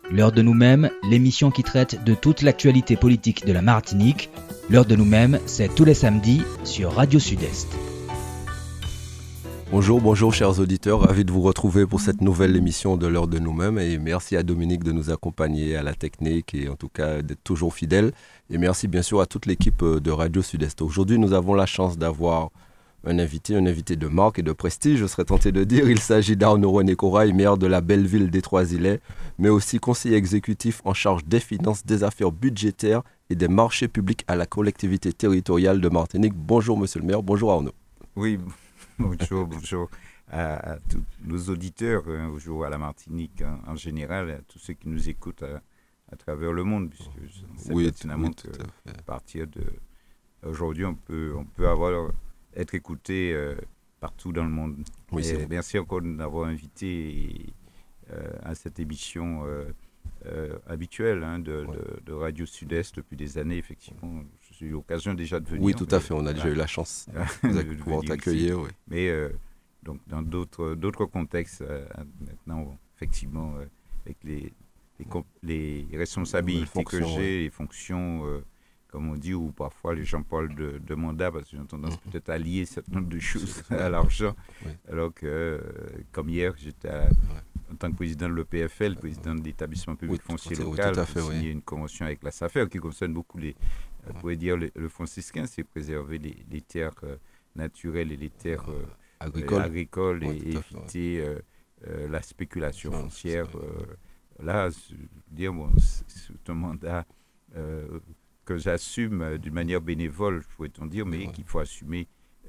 L'heure de nous-mêmes, l'émission qui traite de toute l'actualité politique de la Martinique. L'heure de nous-mêmes, c'est tous les samedis sur Radio Sud-Est. Bonjour chers auditeurs, ravi de vous retrouver pour cette nouvelle émission de l'heure de nous-mêmes et merci à Dominique de nous accompagner à la technique et en tout cas d'être toujours fidèle et merci bien sûr à toute l'équipe de Radio Sud-Est. Aujourd'hui nous avons la chance d'avoir un invité de marque et de prestige, je serais tenté de dire. Il s'agit d'Arnaud René Corail, maire de la belle ville des Trois-Îlets, mais aussi conseiller exécutif en charge des finances, des affaires budgétaires et des marchés publics à la collectivité territoriale de Martinique. Bonjour monsieur le maire, bonjour Arnaud. Oui, bonjour à tous nos auditeurs, bonjour à la Martinique en général, à tous ceux qui nous écoutent à travers le monde, puisque c'est pertinemment à partir d'aujourd'hui, on peut être écouté partout dans le monde. Oui, merci encore de m'avoir invité à cette émission habituelle de Radio Sud-Est depuis des années, effectivement. J'ai eu l'occasion déjà de venir. Oui, tout à fait, on a déjà eu la chance de pouvoir t'accueillir. Oui. Mais donc dans d'autres contextes, maintenant, effectivement, avec les responsabilités que j'ai, les fonctions, comme on dit, ou parfois les gens parlent de mandat, parce que j'ai tendance peut-être à lier un certain nombre de choses à l'argent, alors que, comme hier, j'étais en tant que président de l'EPFL, président de l'établissement public foncier local, pour signer une convention avec la SAFER qui concerne beaucoup on pourrait dire le franciscain, c'est préserver les terres naturelles et les terres agricoles et éviter la spéculation foncière. Là, c'est un mandat que j'assume d'une manière bénévole, pourrait-on dire, mais qu'il faut assumer.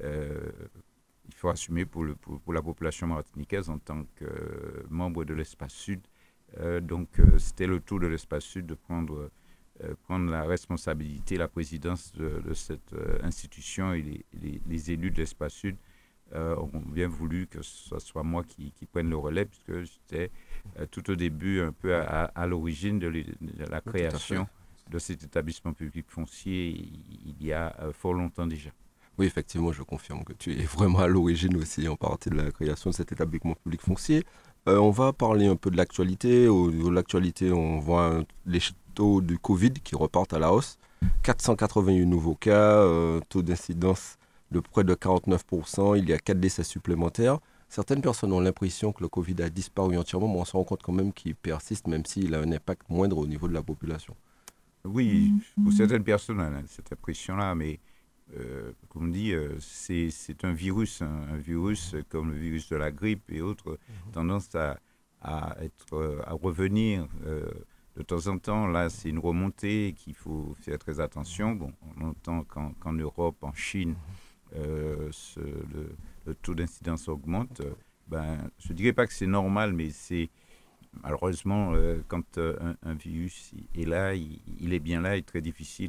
Il faut assumer pour la population martiniquaise en tant que membre de l'Espace Sud. Donc, c'était le tour de l'Espace Sud de prendre la responsabilité, la présidence de cette institution, et les élus de l'Espace Sud ont bien voulu que ce soit moi qui prenne le relais, puisque j'étais tout au début un peu à l'origine de la création de cet établissement public foncier il y a fort longtemps déjà. Oui, effectivement, je confirme que tu es vraiment à l'origine aussi en partie de la création de cet établissement public foncier. On va parler un peu de l'actualité. Au niveau de l'actualité, on voit les taux du Covid qui repartent à la hausse. 481 nouveaux cas, taux d'incidence de près de 49%. Il y a 4 décès supplémentaires. Certaines personnes ont l'impression que le Covid a disparu entièrement, mais on se rend compte quand même qu'il persiste, même s'il a un impact moindre au niveau de la population. Oui, pour certaines personnes, on a cette impression-là, mais comme on dit, c'est un virus comme le virus de la grippe et autres, tendance à revenir de temps en temps. Là, c'est une remontée qu'il faut faire très attention. Bon, on entend qu'en Europe, en Chine, le taux d'incidence augmente. Je ne dirais pas que c'est normal, mais c'est malheureusement, quand un virus est là, il est bien là et très difficile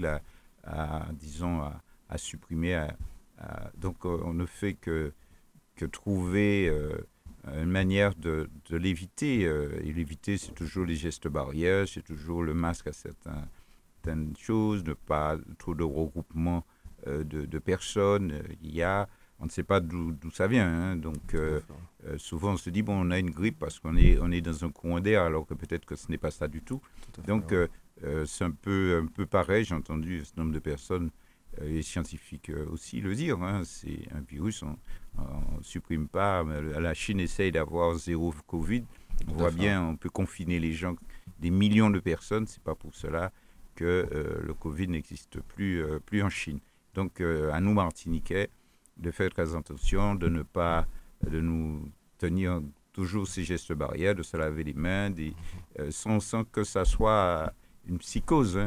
à supprimer. Donc, on ne fait que trouver une manière de l'éviter. Et l'éviter, c'est toujours les gestes barrières, c'est toujours le masque à certaines choses, ne pas trop de regroupement de personnes. On ne sait pas d'où ça vient. Donc, souvent, on se dit, on a une grippe parce qu'on est dans un courant d'air, alors que peut-être que ce n'est pas ça du tout. Donc, c'est un peu pareil. J'ai entendu ce nombre de personnes, les scientifiques aussi, le dire. C'est un virus, on ne supprime pas. La Chine essaye d'avoir zéro Covid. On voit bien, on peut confiner les gens, des millions de personnes. Ce n'est pas pour cela que le Covid n'existe plus en Chine. Donc, à nous, Martiniquais, de faire très attention, de nous tenir toujours ces gestes barrières, de se laver les mains, sans que ça soit une psychose.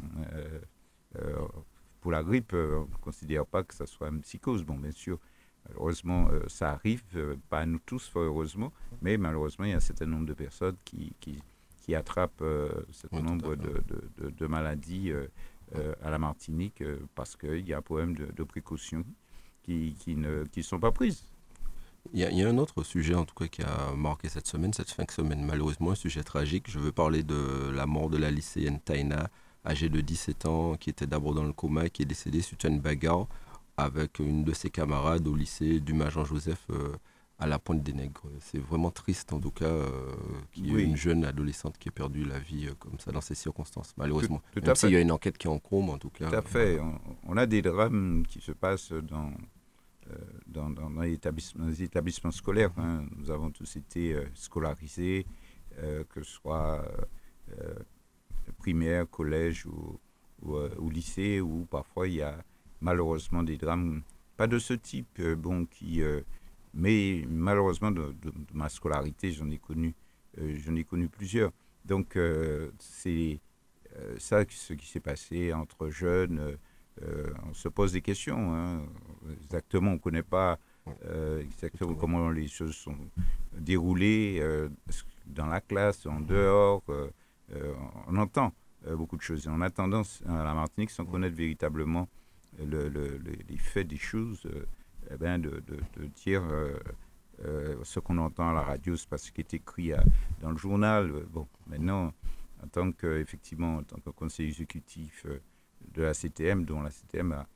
Pour la grippe, on ne considère pas que ça soit une psychose. Bon, bien sûr, malheureusement, ça arrive, pas à nous tous, heureusement, mais malheureusement, il y a un certain nombre de personnes qui attrapent un certain nombre de maladies à la Martinique parce qu'il y a un problème de précaution qui ne sont pas prises. Il y a un autre sujet en tout cas qui a marqué cette fin de semaine, malheureusement, un sujet tragique. Je veux parler de la mort de la lycéenne Taina, âgée de 17 ans, qui était d'abord dans le coma, qui est décédée suite à une bagarre avec une de ses camarades au lycée Dumas Jean-Joseph à la Pointe des Nègres. C'est vraiment triste, en tout cas, qu'il y ait une jeune adolescente qui ait perdu la vie comme ça, dans ces circonstances, malheureusement. Même s'il y a une enquête qui est en cours, mais en tout cas... Tout à fait. On a des drames qui se passent dans les établissements scolaires. Hein. Nous avons tous été scolarisés, que ce soit primaire, collège ou lycée, où parfois il y a malheureusement des drames, pas de ce type, mais malheureusement de ma scolarité, j'en ai connu plusieurs. Donc c'est ça ce qui s'est passé entre jeunes. On se pose des questions. Hein. Exactement, on ne connaît pas exactement comment les choses sont déroulées dans la classe, en dehors. On entend beaucoup de choses. Et on a tendance, à la Martinique, sans connaître véritablement les faits des choses, de dire ce qu'on entend à la radio, c'est parce qu'il est écrit dans le journal. Maintenant, en tant que conseiller exécutif de la CTM, dont la CTM a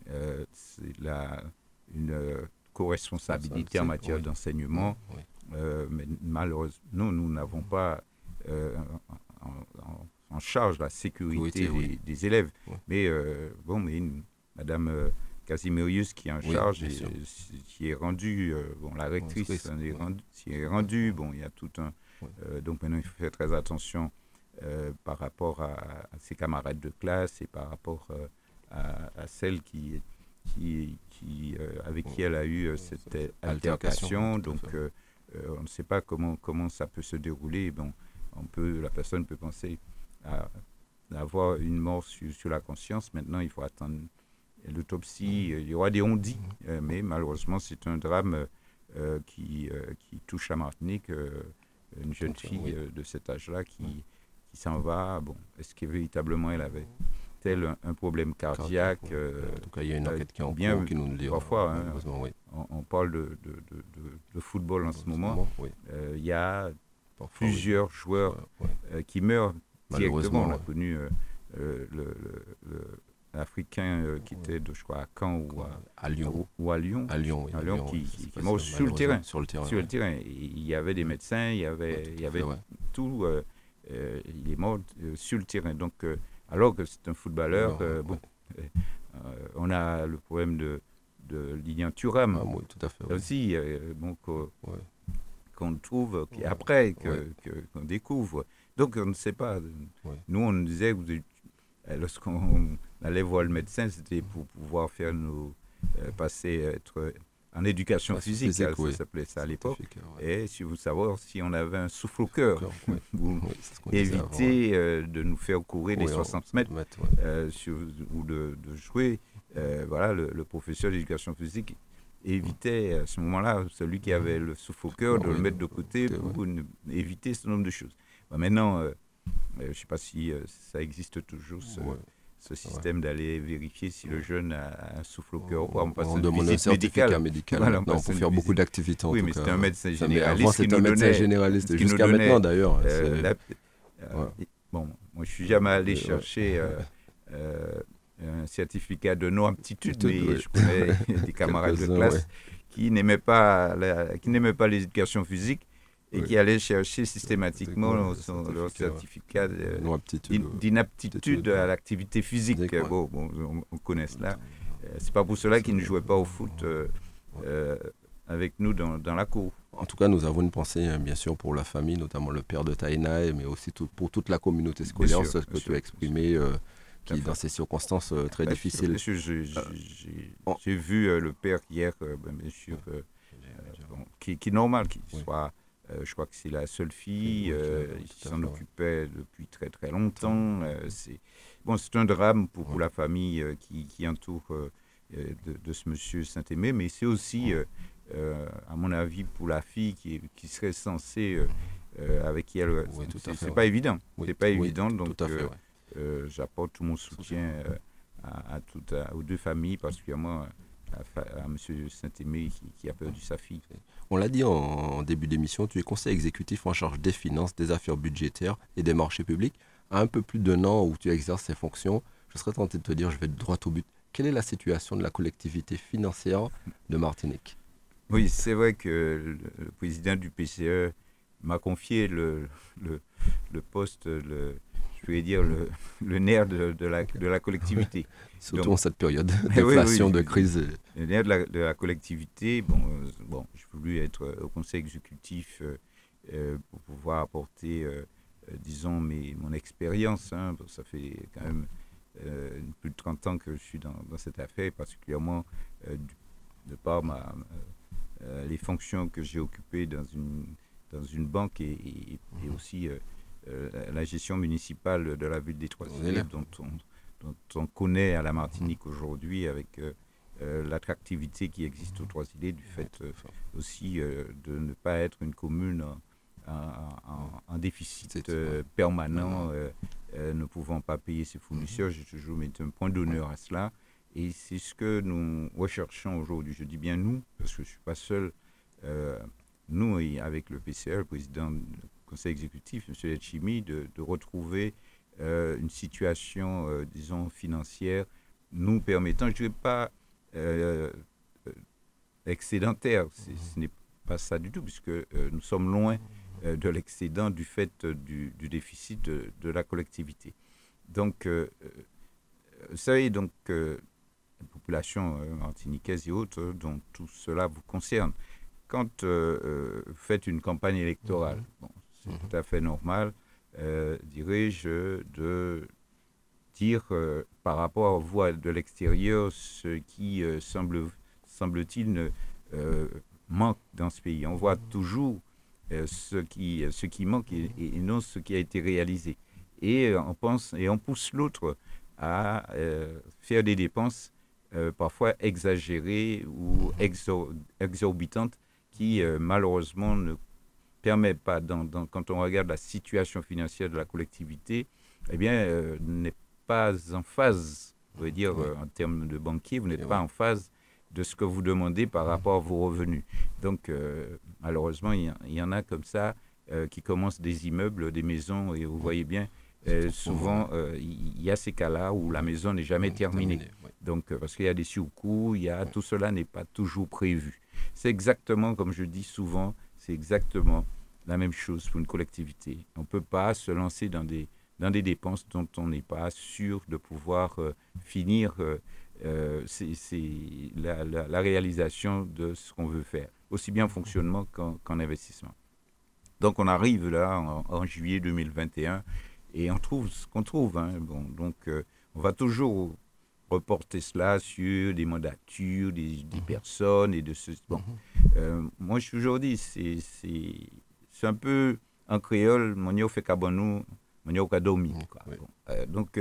une co-responsabilité en matière d'enseignement, mais malheureusement, nous n'avons pas en charge la sécurité des élèves. Mais Madame Casimirius qui est en charge, qui est rendue, la rectrice qui est rendue, il y a tout un... donc maintenant, il faut faire très attention par rapport à ses camarades de classe et par rapport à celle avec qui elle a eu cette altercation. Donc, on ne sait pas comment ça peut se dérouler. La personne peut penser à avoir une mort sur la conscience. Maintenant, il faut attendre l'autopsie. Il y aura des on-dit, mais malheureusement, c'est un drame qui touche la Martinique. Une jeune fille de cet âge-là qui s'en va. Est-ce que véritablement elle avait tel un problème cardiaque en tout cas, il y a une enquête qui est en cours qui nous le dira. Parfois, on parle de football en ce moment. Il y a plusieurs joueurs qui meurent directement. On a connu l'Africain qui était, je crois, à Caen à Lyon. Ou à Lyon. À Lyon, qui est mort sur le terrain. Il y avait des médecins, il y avait tout. Il est mort sur le terrain. Donc, alors que c'est un footballeur, on a le problème de Lilian Thuram. Oui, tout à fait. Aussi, qu'on trouve, après, qu'on découvre. Donc, on ne sait pas. Nous, on nous disait, lorsqu'on allait voir le médecin, c'était pour pouvoir faire être en éducation physique, ça s'appelait ça à l'époque. Et si vous savez, si on avait un souffle au cœur, éviter de nous faire courir les 60 mètres ou de jouer. Le professeur d'éducation physique évitait à ce moment-là, celui qui avait le souffle au cœur, de le mettre de côté pour éviter ce nombre de choses. Maintenant, je ne sais pas si ça existe toujours, ce système d'aller vérifier si le jeune a un souffle au cœur. On demande un certificat médical. Pour faire beaucoup d'activités en tout cas. Oui, mais c'était un médecin généraliste. Avant, c'était un médecin généraliste, jusqu'à maintenant d'ailleurs. Moi, je ne suis jamais allé chercher un certificat de non-aptitude, mais je connais des camarades de classe qui n'aimaient pas l'éducation physique et qui allaient chercher systématiquement leur certificat d'inaptitude à l'activité physique. On connaît cela. C'est pas pour cela qu'ils ne jouaient pas au foot avec nous dans la cour. En tout cas, nous avons une pensée, bien sûr, pour la famille, notamment le père de Taïna, mais aussi pour toute la communauté scolaire, ce que tu as exprimé, qui est dans ces circonstances très difficiles. Bien sûr, j'ai vu le père hier, bien sûr, qui est normal qu'il soit... je crois que c'est la seule fille, qui s'en occupait depuis très très longtemps. C'est un drame pour la famille qui entoure de ce monsieur Saint-Aimé, mais c'est aussi, à mon avis, pour la fille qui serait censée, avec qui elle... c'est pas évident. C'est pas évident, donc j'apporte tout mon soutien aux deux familles, particulièrement à M. Saint-Aimé qui a perdu sa fille. On l'a dit en début d'émission, tu es conseiller exécutif en charge des finances, des affaires budgétaires et des marchés publics. À un peu plus d'un an où tu exerces ces fonctions, je serais tenté de te dire, je vais droit au but. Quelle est la situation de la collectivité financière de Martinique ? Oui, c'est vrai que le président du PCE m'a confié le poste, je vais dire le nerf de la collectivité. Surtout Donc, en cette période oui, d'inflation, oui, de crise. le nerf de la collectivité. Bon, j'ai voulu être au conseil exécutif pour pouvoir apporter, disons, mon expérience. Hein. Ça fait quand même plus de 30 ans que je suis dans cette affaire, particulièrement de par les fonctions que j'ai occupées dans une banque et aussi la gestion municipale de la ville des Trois-Îles, dont on connaît à la Martinique aujourd'hui avec l'attractivité qui existe aux Trois-Îles, du fait aussi de ne pas être une commune en déficit permanent, ne pouvant pas payer ses fournisseurs. J'ai toujours mis un point d'honneur à cela. Et c'est ce que nous recherchons aujourd'hui. Je dis bien nous, parce que je ne suis pas seul. Nous, et avec le PCE, le président du conseil exécutif, M. Etchimi, de retrouver une situation, disons, financière nous permettant, je ne dirais pas excédentaire, ce n'est pas ça du tout, puisque nous sommes loin de l'excédent du fait du déficit de la collectivité. Donc, vous savez, donc, la population martiniquaise et autres, dont tout cela vous concerne. Quand vous faites une campagne électorale, c'est tout à fait normal, dirais-je, de dire par rapport à vous de l'extérieur ce qui semble-t-il manque dans ce pays. On voit toujours ce qui manque et non ce qui a été réalisé. Et on pousse l'autre à faire des dépenses parfois exagérées ou exorbitantes qui malheureusement ne permettent pas, quand on regarde la situation financière de la collectivité, eh bien, n'est pas en phase, on veut dire en termes de banquier, vous n'êtes pas en phase de ce que vous demandez par rapport à vos revenus. Donc, malheureusement, il y en a comme ça qui commencent des immeubles, des maisons, et vous voyez bien, souvent, il y a ces cas-là où la maison n'est jamais terminée. Donc, parce qu'il y a des surcoûts, tout cela n'est pas toujours prévu. C'est exactement, comme je dis souvent, c'est exactement la même chose pour une collectivité. On ne peut pas se lancer dans des dépenses dont on n'est pas sûr de pouvoir finir la réalisation de ce qu'on veut faire, aussi bien en fonctionnement qu'en investissement. Donc, on arrive là en juillet 2021 et on trouve ce qu'on trouve. Hein. Bon, donc, on va toujours reporter cela sur des mandatures, des personnes et de ce. Bon, moi, je toujours dit, c'est un peu en créole, mon fait kabanou, mon kadomi. Donc,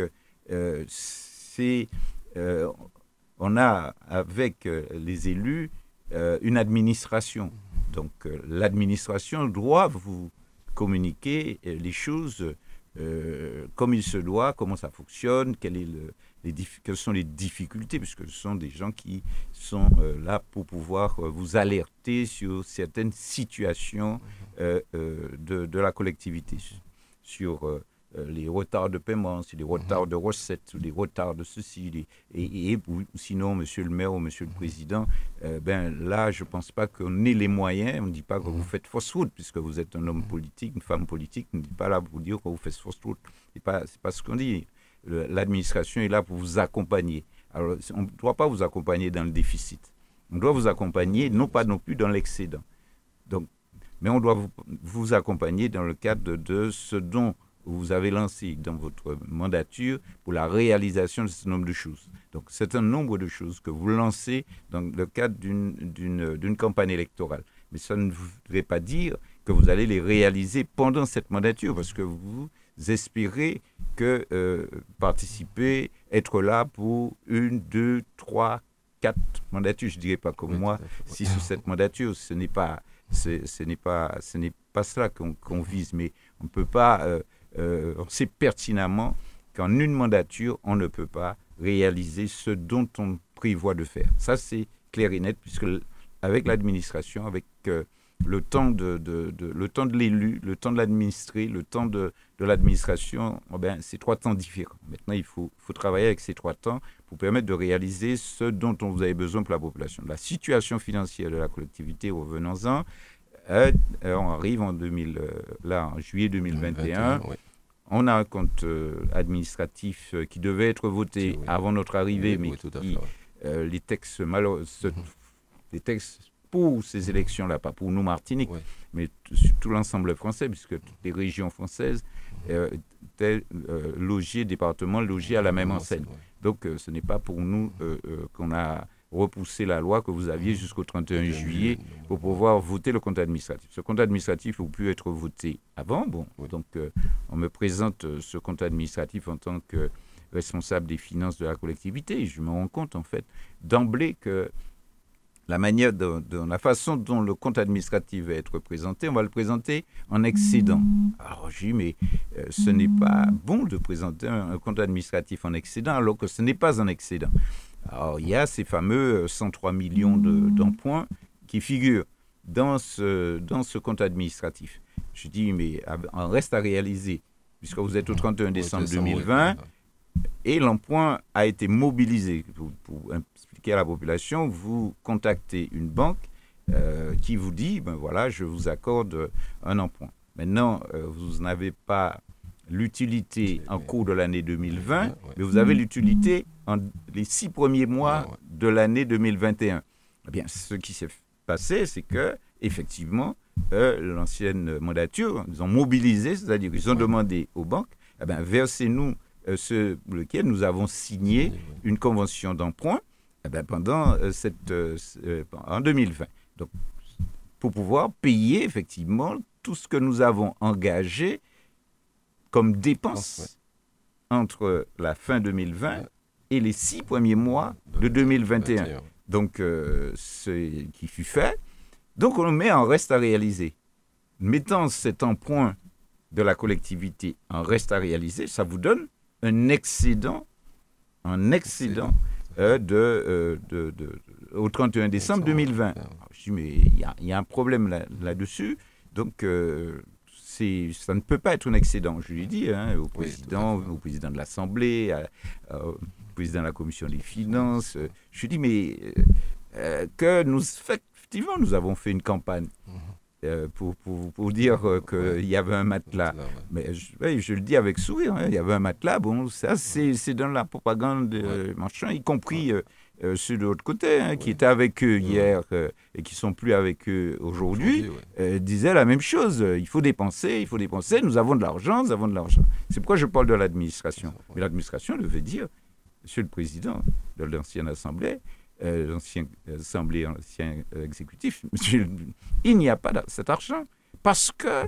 on a avec les élus une administration. Donc, l'administration doit vous communiquer les choses comme il se doit, comment ça fonctionne, quelles sont les difficultés, puisque ce sont des gens qui sont là pour pouvoir vous alerter sur certaines situations de la collectivité, sur les retards de paiement, sur les retards de recettes, sur les retards de ceci. Et sinon, monsieur le maire ou monsieur le président, là, je ne pense pas qu'on ait les moyens. On ne dit pas que vous faites fausse route, puisque vous êtes un homme politique, une femme politique. On ne dit pas là pour vous dire que vous faites fausse route. Ce n'est pas ce qu'on dit. L'administration est là pour vous accompagner. Alors, on ne doit pas vous accompagner dans le déficit. On doit vous accompagner, non pas non plus dans l'excédent. Donc, mais on doit vous accompagner dans le cadre de ce dont vous avez lancé dans votre mandature pour la réalisation de ce nombre de choses. Donc, c'est un nombre de choses que vous lancez dans le cadre d'une campagne électorale. Mais ça ne voudrait pas dire que vous allez les réaliser pendant cette mandature, parce que vous espérez participer, être là pour 1, 2, 3, 4 mandatures. Je ne dirais pas comme moi, 6 ou 7 mandatures. Ce n'est pas cela qu'on vise, mais on ne peut pas... on sait pertinemment qu'en une mandature, on ne peut pas réaliser ce dont on prévoit de faire. Ça, c'est clair et net, puisque avec l'administration, avec le temps de l'élu, le temps de l'administré, le temps de l'administration, c'est 3 temps différents. Maintenant, il faut travailler avec ces 3 temps pour permettre de réaliser ce dont on vous avez besoin pour la population. La situation financière de la collectivité, revenons-en, on arrive en juillet 2021. Oui. On a un compte administratif qui devait être voté avant notre arrivée, mais les textes les textes pour ces élections-là, pas pour nous Martinique, mais sur tout l'ensemble français, puisque toutes les régions françaises étaient départements logés à la même enseigne. Donc ce n'est pas pour nous qu'on a repoussé la loi que vous aviez jusqu'au 31 juillet pour pouvoir voter le compte administratif. Ce compte administratif a pu être voté avant. Donc on me présente ce compte administratif en tant que responsable des finances de la collectivité. Et je me rends compte en fait d'emblée que la façon dont le compte administratif va être présenté, on va le présenter en excédent. Alors je dis, mais ce n'est pas bon de présenter un compte administratif en excédent alors que ce n'est pas un excédent. Alors il y a ces fameux 103 millions d'empoints qui figurent dans ce compte administratif. Je dis, mais un reste à réaliser, puisque vous êtes au 31 décembre 2020, et l'emprunt a été mobilisé. Pour expliquer à la population, vous contactez une banque qui vous dit, je vous accorde un emprunt. Maintenant, vous n'avez pas l'utilité en cours de l'année 2020, mais vous avez l'utilité les 6 premiers mois de l'année 2021. Eh bien, ce qui s'est passé, c'est que effectivement, l'ancienne mandature, ils ont mobilisé, c'est-à-dire qu'ils ont demandé aux banques, versez-nous lequel nous avons signé une convention d'emprunt pendant en 2020. Donc, pour pouvoir payer effectivement tout ce que nous avons engagé comme dépenses entre la fin 2020 et les 6 premiers mois de 2021. Donc, ce qui fut fait. Donc, on met en reste à réaliser. Mettant cet emprunt de la collectivité en reste à réaliser, ça vous donne un excédent au 31 décembre 2020. Alors, je dis, mais il y a un problème là-dessus. Donc, ça ne peut pas être un excédent. Je lui ai dit au président de l'Assemblée, au président de la Commission des Finances. Je lui ai dit, mais effectivement, nous avons fait une campagne pour dire qu'il y avait un matelas. Mais je le dis avec sourire, il y avait un matelas. Bon, ça, c'est dans la propagande machin, y compris ceux de l'autre côté, qui étaient avec eux hier et qui ne sont plus avec eux aujourd'hui, disaient la même chose. Il faut dépenser, nous avons de l'argent. C'est pourquoi je parle de l'administration. Mais l'administration devait dire, Monsieur le Président de l'ancienne Assemblée, l'ancien exécutif, il n'y a pas cet argent parce que,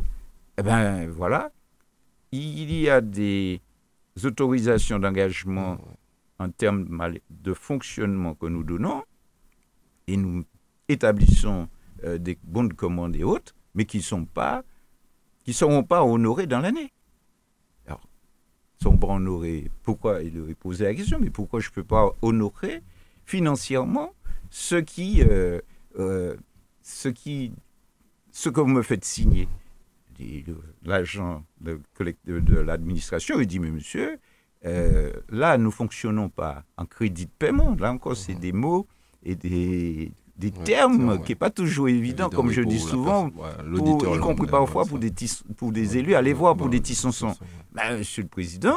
il y a des autorisations d'engagement en termes de fonctionnement que nous donnons et nous établissons des bons de commande et autres, mais qui ne seront pas honorés dans l'année. Alors, ils ne sont pas honorés. Pourquoi? Il aurait posé la question, mais pourquoi je ne peux pas honorer financièrement ce que vous me faites signer? L'agent de l'administration, il dit, mais monsieur, là, nous ne fonctionnons pas en crédit de paiement. Là encore, c'est des mots et des termes qui n'est pas toujours évident, comme je dis souvent, y compris parfois pour des élus, allez voir pour des tissons. Monsieur le Président,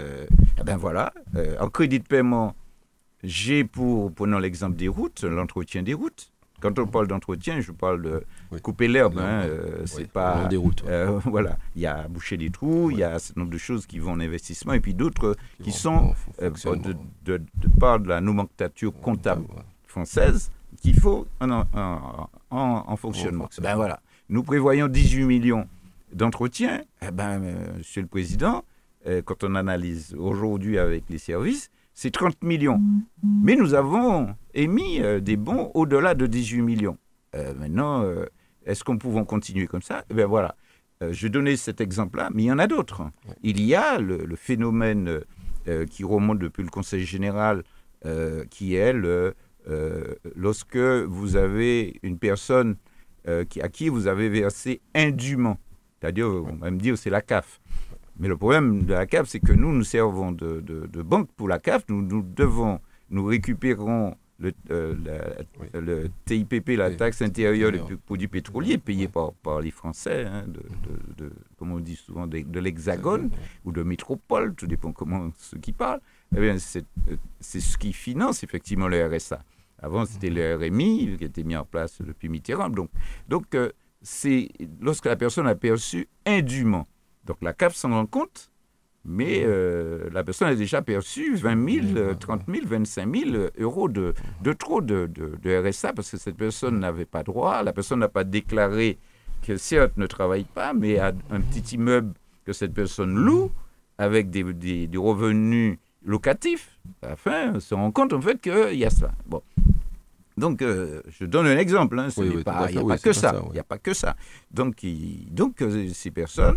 en crédit de paiement, j'ai prenons l'exemple des routes, l'entretien des routes. Quand on parle d'entretien, je parle de couper l'herbe. C'est pas des routes. Il y a boucher des trous, il y a un certain nombre de choses qui vont en investissement, et puis d'autres qui sont de par de la nomenclature comptable française qu'il faut en fonctionnement. Nous prévoyons 18 millions d'entretien. Monsieur le Président, quand on analyse aujourd'hui avec les services, c'est 30 millions. Mais nous avons émis des bons au-delà de 18 millions. Maintenant, est-ce qu'on peut continuer comme ça? Je donnais cet exemple-là, mais il y en a d'autres. Il y a le phénomène qui remonte depuis le Conseil général, qui est lorsque vous avez une personne à qui vous avez versé indûment. C'est-à-dire, on va me dire, c'est la CAF. Mais le problème de la CAF, c'est que nous servons de banque pour la CAF. Nous récupérons le TIPP, la taxe intérieure des produits pétroliers, payée par les Français, comme on dit souvent, de l'Hexagone ou de métropole, tout dépend comment ceux qui parlent. Eh bien, c'est ce qui finance effectivement le RSA. Avant, c'était le RMI qui a été mis en place depuis Mitterrand. Donc c'est lorsque la personne a perçu indûment. Donc la CAF s'en rend compte, mais la personne a déjà perçu 20 000, 30 000, 25 000 euros de trop de RSA parce que cette personne n'avait pas droit. La personne n'a pas déclaré que certes ne travaille pas, mais a un petit immeuble que cette personne loue avec des revenus locatifs. À la fin, on se rend compte en fait qu'il y a ça. Bon. Donc, je donne un exemple. Il n'y a pas que ça. Il n'y a pas que ça. Donc ces personnes,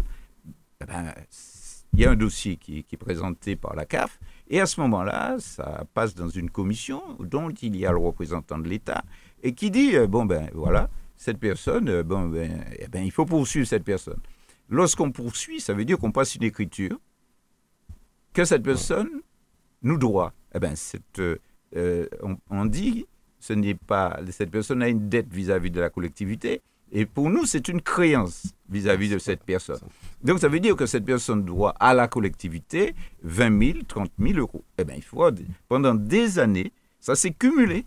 il y a un dossier qui est présenté par la CAF, et à ce moment-là, ça passe dans une commission dont il y a le représentant de l'État, et qui dit, voilà, cette personne, il faut poursuivre cette personne. Lorsqu'on poursuit, ça veut dire qu'on passe une écriture que cette personne nous doit. On dit, cette personne a une dette vis-à-vis de la collectivité, et pour nous, c'est une créance vis-à-vis de cette personne. Donc, ça veut dire que cette personne doit à la collectivité 20 000, 30 000 euros. Il faut, pendant des années, ça s'est cumulé.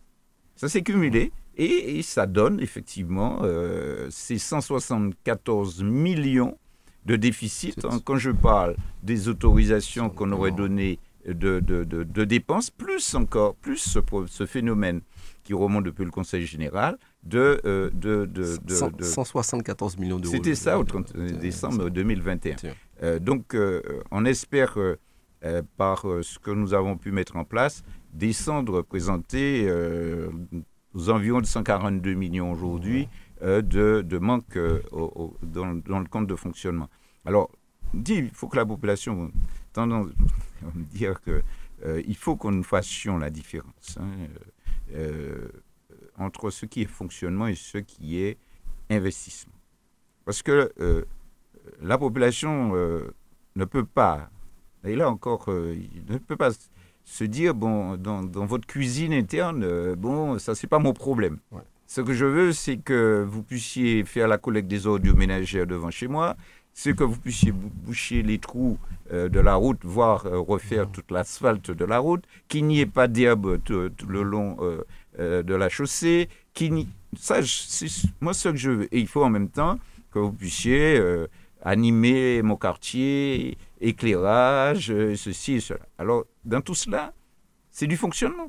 Et ça donne effectivement ces 174 millions de déficit. Quand je parle des autorisations qu'on aurait données de dépenses, plus ce phénomène qui remonte depuis le Conseil général de 174 millions d'euros. C'était ça au 30 décembre 2021. Donc, on espère, par ce que nous avons pu mettre en place, présenter aux environs de 142 millions aujourd'hui de manque dans le compte de fonctionnement. Alors, il faut que la population tendance à me dire qu'il faut que nous fassions la différence entre ce qui est fonctionnement et ce qui est investissement. Parce que la population ne peut pas, et là encore, ne peut pas se dire, dans votre cuisine interne, ça c'est pas mon problème. Ouais. Ce que je veux, c'est que vous puissiez faire la collecte des ordures ménagères devant chez moi, c'est que vous puissiez boucher les trous de la route, voire refaire toute l'asphalte de la route, qu'il n'y ait pas d'herbe tout le long de la chaussée, c'est moi ce que je veux. Et il faut en même temps que vous puissiez animer mon quartier, éclairage, ceci et cela. Alors, dans tout cela, c'est du fonctionnement.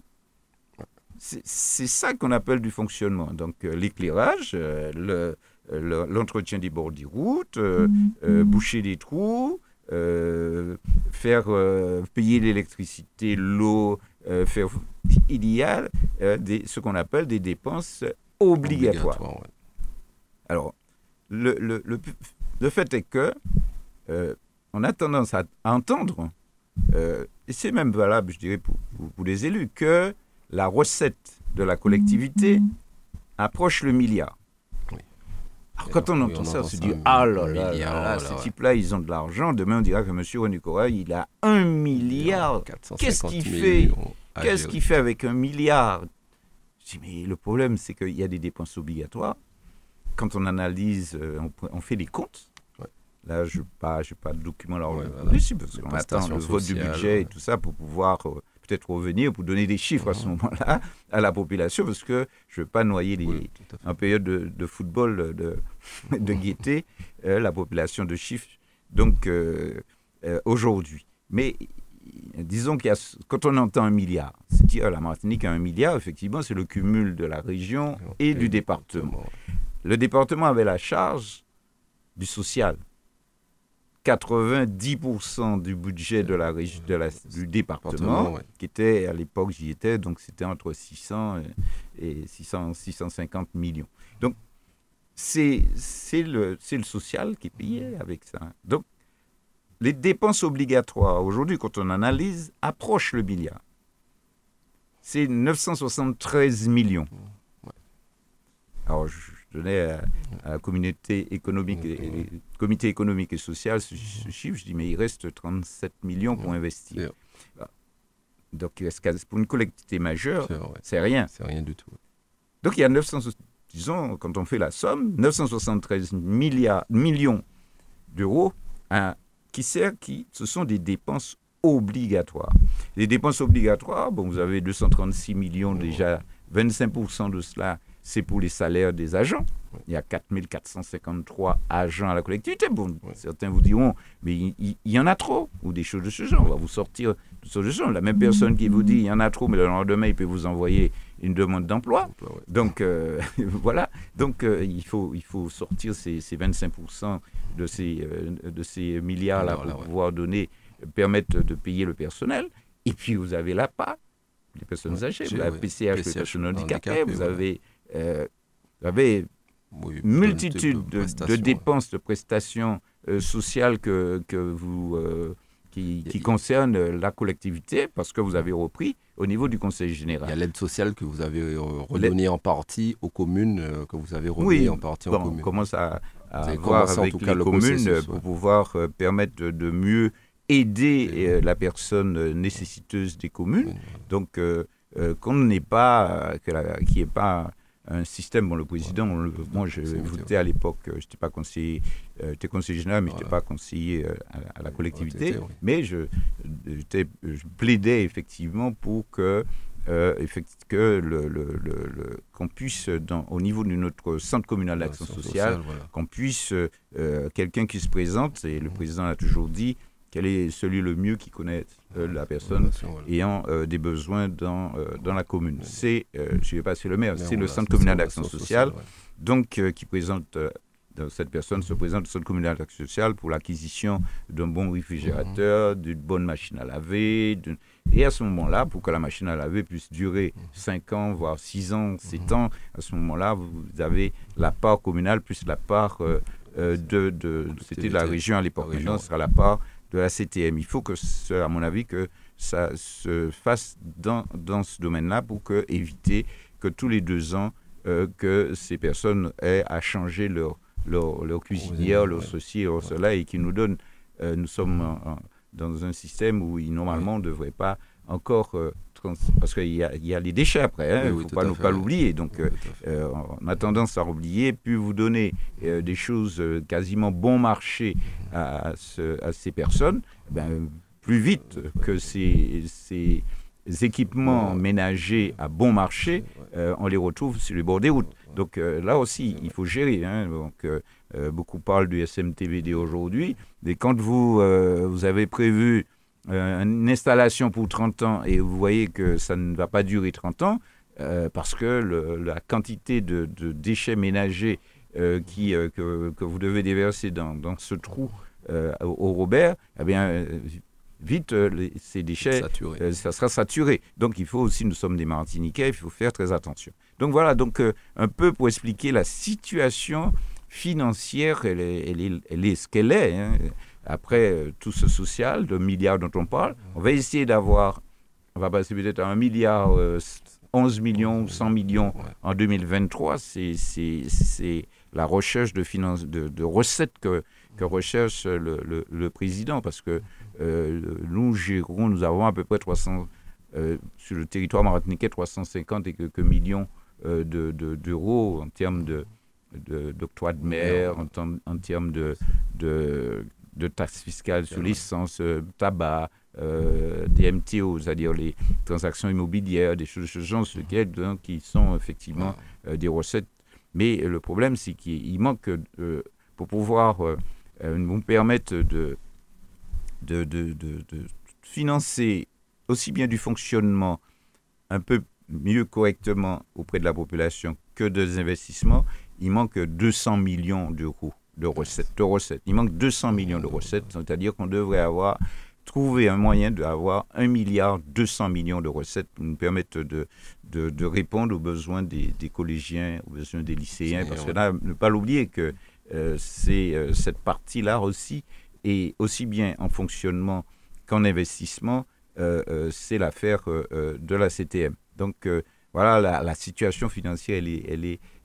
C'est ça qu'on appelle du fonctionnement. Donc, l'éclairage, l'entretien des bords des routes, boucher les trous, faire payer l'électricité, l'eau, il y a ce qu'on appelle des dépenses obligatoires. Ouais. Alors, le fait est que on a tendance à entendre, et c'est même valable, je dirais, pour les élus, que la recette de la collectivité approche le milliard. Oui. Alors, quand on entend ça, on se dit « Ah là là, ces types-là, ils ont de l'argent. Demain, on dira que M. René Corail, il a 1 milliard. Qu'est-ce qu'il fait ? Qu'est-ce qu'il fait avec 1 milliard ?» Je dis « Mais le problème, c'est qu'il y a des dépenses obligatoires. Quand on analyse, on fait des comptes. Ouais. Là, je n'ai pas de document là. Parce qu'on attend le vote du budget et tout ça pour pouvoir peut-être revenir, pour donner des chiffres à ce moment-là à la population, parce que je ne veux pas noyer en période de football, de gaieté, la population de chiffres. Donc, aujourd'hui. Mais disons quand on entend 1 milliard, c'est-à-dire la Martinique a 1 milliard, effectivement, c'est le cumul de la région et du département. Le département avait la charge du social. 90% du budget de la région, du département, qui était, à l'époque, j'y étais, donc c'était entre 600 et 650 millions. Donc, c'est le social qui est payé avec ça. Donc, les dépenses obligatoires, aujourd'hui, quand on analyse, approchent le milliard. C'est 973 millions. Alors, donnais à la communauté économique comité économique et social ce chiffre, je dis mais il reste 37 millions pour investir. Donc il reste pour une collectivité majeure, c'est rien. C'est rien du tout. Donc il y a disons, quand on fait la somme, 973 millions d'euros ce sont des dépenses obligatoires. Les dépenses obligatoires, vous avez 236 millions déjà, 25% de cela, c'est pour les salaires des agents. Il y a 4453 agents à la collectivité. Certains vous diront, mais il y en a trop, ou des choses de ce genre. On va vous sortir de ce genre. La même personne qui vous dit, il y en a trop, mais le lendemain, il peut vous envoyer une demande d'emploi. Donc, voilà. Donc, il faut sortir ces 25% de ces milliards-là pour pouvoir permettre de payer le personnel. Et puis, vous avez l'APA, les personnes âgées, vous avez PCH, les personnes handicapées, vous avez multitude de dépenses, de prestations sociales qui concernent la collectivité, parce que vous avez repris au niveau du Conseil général. Il y a l'aide sociale que vous avez redonnée en partie aux communes, que vous avez redonnée en partie aux communes. On commence à voir avec les communes pour pouvoir permettre de mieux aider la personne nécessiteuse des communes. Donc, qu'il n'y ait pas un système. Le président, moi, je votais à l'époque, je n'étais pas conseiller, j'étais conseiller général, mais je n'étais pas conseiller à la collectivité. Mais je plaidais effectivement pour que qu'on puisse, au niveau de notre centre communal d'action sociale, qu'on puisse, quelqu'un qui se présente, et le président a toujours dit, quel est celui le mieux qui connaît la personne ayant des besoins dans la commune. Je ne vais pas c'est le maire, c'est le centre communal d'action sociale, donc qui présente, cette personne se présente au centre communal d'action sociale pour l'acquisition d'un bon réfrigérateur, d'une bonne machine à laver, et à ce moment-là, pour que la machine à laver puisse durer 5 ans, voire 6 ans, 7 ans, à ce moment-là, vous avez la part communale plus la part c'était de la région à l'époque. Maintenant, ce sera la part de la CTM. Il faut à mon avis, que ça se fasse dans ce domaine-là pour éviter que tous les 2 ans, que ces personnes aient à changer leur cuisinière, leur ceci, leur cela, et qui nous donnent... nous sommes dans un système où normalement on ne devrait pas encore... parce qu'il y a les déchets après, il ne faut pas l'oublier. Donc, on a tendance à oublier, puis vous donner des choses quasiment bon marché à ces personnes, plus vite que ces équipements ménagers à bon marché, on les retrouve sur les bords des routes. Donc là aussi, il faut gérer. Donc, beaucoup parlent du SMTVD aujourd'hui, mais quand vous avez prévu une installation pour 30 ans et vous voyez que ça ne va pas durer 30 ans parce que la quantité de déchets ménagers que vous devez déverser dans ce trou au Robert, vite, ces déchets, ça sera saturé. Donc, il faut aussi, nous sommes des Martiniquais, il faut faire très attention. Donc, voilà, un peu pour expliquer la situation financière, elle est ce qu'elle est. Après tout ce social, de milliards dont on parle, on va essayer on va passer peut-être à 1 milliard, 11 millions, 100 millions en 2023. C'est la recherche de recettes que recherche le président, parce que nous avons à peu près 300, sur le territoire martiniquais, 350 et quelques millions d'euros en termes d'octroi de mer, en termes de taxes fiscales sur l'essence, tabac, des MTO, c'est-à-dire les transactions immobilières, des choses de ce genre, qui sont effectivement des recettes. Mais le problème, c'est qu'il manque, pour pouvoir nous permettre de financer aussi bien du fonctionnement un peu mieux correctement auprès de la population que des investissements, il manque 200 millions d'euros de recettes. Il manque 200 millions de recettes, c'est-à-dire qu'on devrait trouver un moyen d'avoir 1 milliard 200 millions de recettes pour nous permettre de répondre aux besoins des collégiens, aux besoins des lycéens, parce que là, ne pas l'oublier que cette partie-là aussi, et aussi bien en fonctionnement qu'en investissement, c'est l'affaire de la CTM. Donc voilà, la situation financière, elle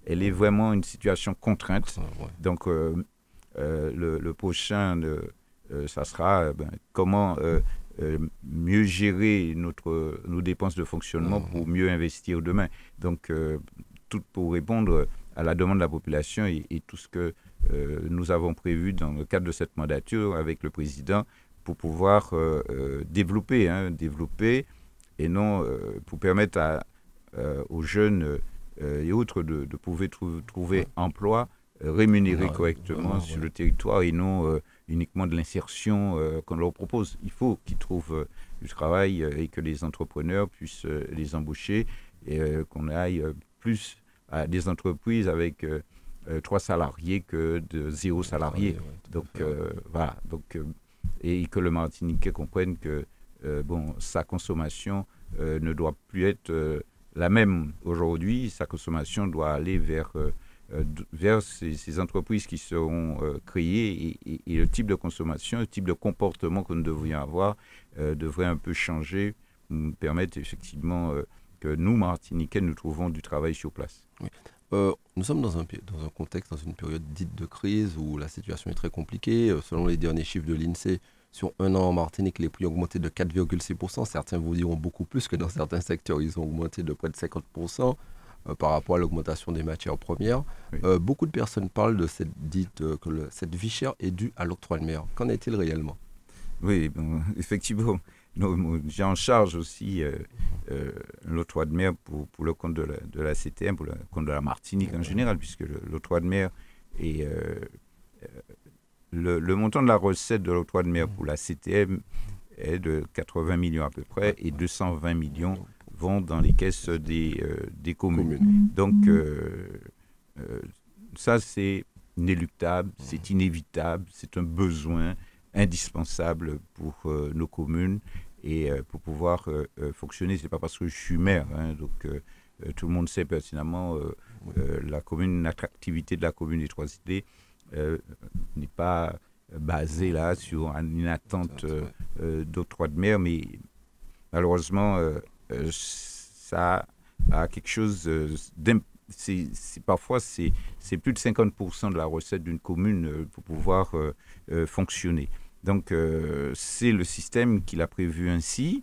elle est vraiment une situation contrainte. Donc, le prochain, ça sera comment mieux gérer nos dépenses de fonctionnement pour mieux investir demain. Donc, tout pour répondre à la demande de la population et tout ce que nous avons prévu dans le cadre de cette mandature avec le président pour pouvoir développer et non pour permettre aux jeunes et autres de pouvoir trouver emploi rémunéré correctement sur le territoire et non uniquement de l'insertion qu'on leur propose. Il faut qu'ils trouvent du travail et que les entrepreneurs puissent les embaucher et qu'on aille plus à des entreprises avec 3 salariés que de 0 salariés. Donc, voilà. Donc, et que le Martiniquais comprenne que sa consommation ne doit plus être la même aujourd'hui. Sa consommation doit aller vers ces entreprises qui seront créées et le type de consommation, le type de comportement que nous devrions avoir devrait un peu changer, nous permettre effectivement que nous, Martiniquais, nous trouvons du travail sur place. Oui. Nous sommes dans un contexte, dans une période dite de crise où la situation est très compliquée. Selon les derniers chiffres de l'INSEE, sur un an en Martinique, les prix ont augmenté de 4,6%. Certains vous diront beaucoup plus que dans certains secteurs, ils ont augmenté de près de 50% par rapport à l'augmentation des matières premières. Oui. Beaucoup de personnes parlent de que cette vie chère est due à l'octroi de mer. Qu'en est-il réellement ? Oui, effectivement. J'ai en charge aussi l'octroi de mer pour le compte de la CTM, pour le compte de la Martinique en général, puisque l'octroi de mer est... le montant de la recette de l'octroi de mer pour la CTM est de 80 millions à peu près, et 220 millions vont dans les caisses des communes. Donc, ça, c'est inéluctable, c'est inévitable, c'est un besoin indispensable pour nos communes et pour pouvoir fonctionner. Ce n'est pas parce que je suis maire, donc tout le monde sait pertinemment la commune, l'attractivité de la commune des Trois-Cités n'est pas basée là sur une attente d'octroi de mer, mais malheureusement ça a quelque chose parfois c'est plus de 50% de la recette d'une commune pour pouvoir fonctionner. Donc c'est le système qui l'a prévu ainsi.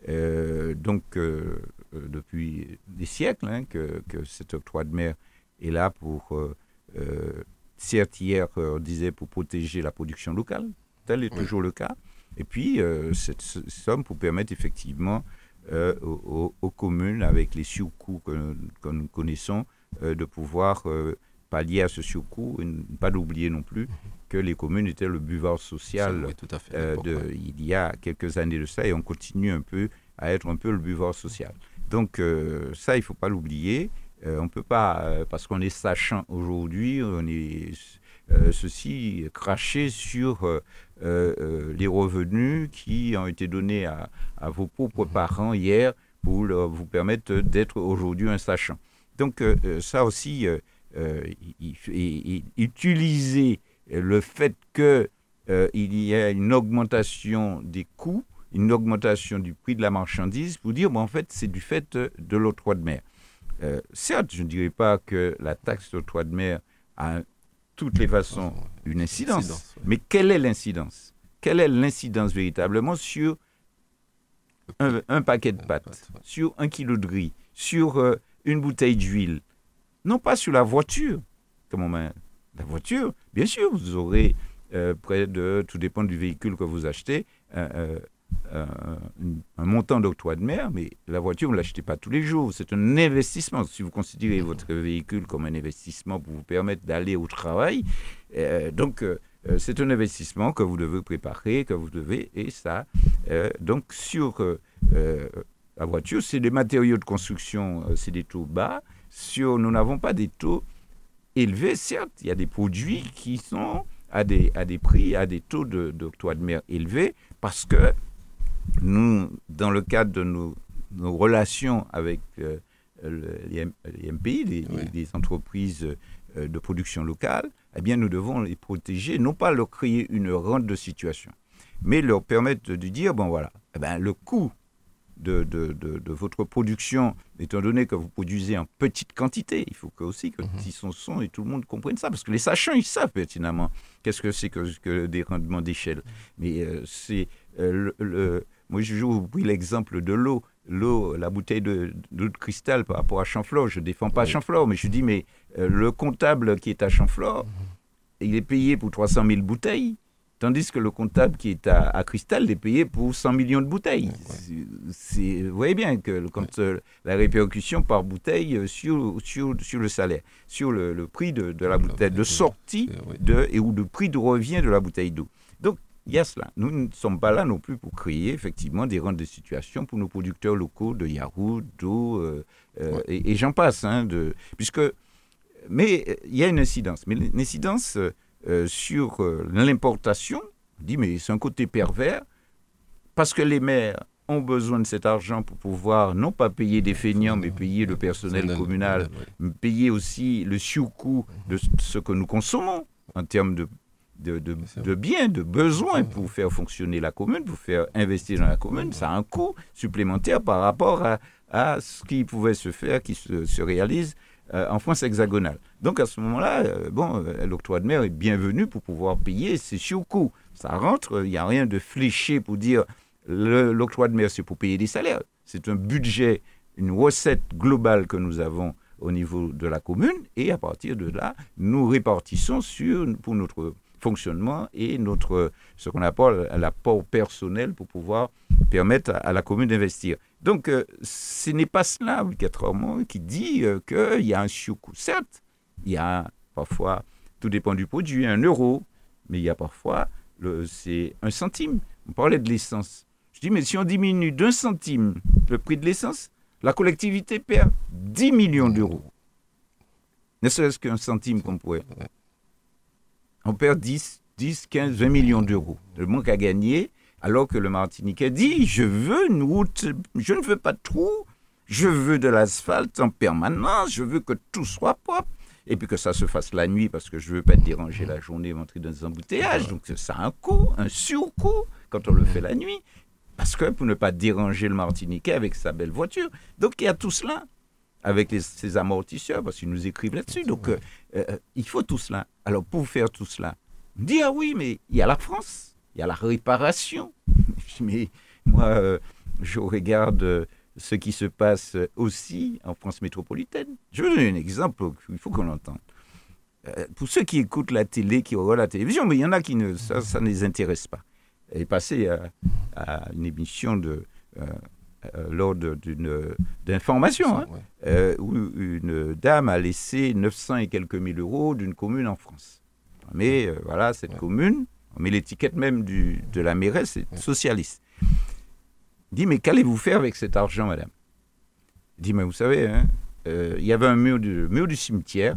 Depuis des siècles que cet octroi de mer est là pour certes hier on disait pour protéger la production locale, tel est toujours le cas, et puis cette somme pour permettre effectivement aux communes avec les surcoûts que nous connaissons de pouvoir pallier à ce surcoût et ne pas l'oublier non plus que les communes étaient le buvard social il y a quelques années de ça et on continue un peu à être un peu le buvard social. Donc ça, il ne faut pas l'oublier. On ne peut pas, parce qu'on est sachant aujourd'hui, on est cracher sur les revenus qui ont été donnés à vos propres parents hier pour vous permettre d'être aujourd'hui un sachant. Donc ça aussi, utiliser le fait qu'il y a une augmentation des coûts, une augmentation du prix de la marchandise, pour dire, en fait, c'est du fait de l'octroi de mer. Certes, je ne dirais pas que la taxe d'octroi de mer a de toutes les façons une incidence, mais quelle est l'incidence ? Quelle est l'incidence véritablement sur un paquet de pâtes, sur 1 kilo de riz, sur une bouteille d'huile ? Non pas sur la voiture. La voiture, bien sûr, vous aurez près de, tout dépend du véhicule que vous achetez, un montant d'octroi de mer, mais la voiture, vous ne l'achetez pas tous les jours. C'est un investissement. Si vous considérez votre véhicule comme un investissement pour vous permettre d'aller au travail, c'est un investissement que vous devez préparer, et ça. Donc, sur la voiture, c'est des matériaux de construction, c'est des taux bas. Nous n'avons pas des taux élevés, certes. Il y a des produits qui sont à des prix, à des taux d'octroi de mer élevés, parce que nous, dans le cadre de nos relations avec les MPI, les entreprises de production locale, eh bien, nous devons les protéger, non pas leur créer une rente de situation, mais leur permettre de dire, le coût de votre production, étant donné que vous produisez en petite quantité. Il faut aussi que Tissonson et tout le monde comprennent ça, parce que les sachants, ils savent pertinemment qu'est-ce que c'est que des rendements d'échelle. Mais moi, je vous pris l'exemple de l'eau. L'eau, la bouteille d'eau de cristal par rapport à Chamflore. Je ne défends pas Chamflore, mais je dis, le comptable qui est à Chamflore, il est payé pour 300 000 bouteilles, tandis que le comptable qui est à Cristal est payé pour 100 millions de bouteilles. Vous voyez bien que quand la répercussion par bouteille sur le salaire, sur le prix de la bouteille de sortie ou le prix de revient de la bouteille d'eau. Donc, il y a cela. Nous ne sommes pas là non plus pour créer effectivement des rentes de situation pour nos producteurs locaux de yaourt, d'eau, et j'en passe. Mais il y a une incidence. Mais l'incidence sur l'importation, on dit mais c'est un côté pervers, parce que les maires ont besoin de cet argent pour pouvoir non pas payer des feignants, mais payer le personnel communal, payer aussi le surcoût de ce que nous consommons en termes de biens, de besoins pour faire fonctionner la commune, pour faire investir dans la commune. Ça a un coût supplémentaire par rapport à ce qui pouvait se faire, qui se réalise en France hexagonale. Donc à ce moment-là, l'octroi de mer est bienvenu pour pouvoir payer ces surcoûts. Ça rentre, il n'y a rien de fléché pour dire l'octroi de mer, c'est pour payer des salaires. C'est un budget, une recette globale que nous avons au niveau de la commune, et à partir de là, nous répartissons pour notre fonctionnement et ce qu'on appelle l'apport personnel pour pouvoir permettre à la commune d'investir. Donc, ce n'est pas cela, obligatoirement, qui dit qu'il y a un surcoût. Certes, il y a parfois, tout dépend du produit, 1 euro, mais il y a parfois, c'est 1 centime. On parlait de l'essence. Je dis, mais si on diminue d'1 centime le prix de l'essence, la collectivité perd 10 millions d'euros. Ne serait-ce qu'1 centime qu'on pourrait. On perd 10, 15, 20 millions d'euros. Le manque à gagner, alors que le Martiniquais dit « Je veux une route, je ne veux pas de trous, je veux de l'asphalte en permanence, je veux que tout soit propre. » Et puis que ça se fasse la nuit, parce que je ne veux pas être dérangé la journée et entrer dans des embouteillages. Donc ça a un coût, un surcoût, quand on le fait la nuit. Parce que pour ne pas déranger le Martiniquais avec sa belle voiture. Donc il y a tout cela, avec ces amortisseurs, parce qu'ils nous écrivent là-dessus. Donc il faut tout cela. Alors pour faire tout cela, on dit « Ah oui, mais il y a la France, il y a la réparation. » Mais moi, je regarde ce qui se passe aussi en France métropolitaine. Je vais vous donner un exemple, il faut qu'on l'entende. Pour ceux qui écoutent la télé, qui regardent la télévision, mais il y en a qui ça ne les intéresse pas. Elle est passée à une émission lors d'information, où une dame a laissé 900 et quelques mille euros d'une commune en France. Mais voilà, cette commune, on met l'étiquette même de la mairesse, c'est socialiste. Il dit, mais qu'allez-vous faire avec cet argent, madame? Il dit, mais vous savez, il y avait un mur du cimetière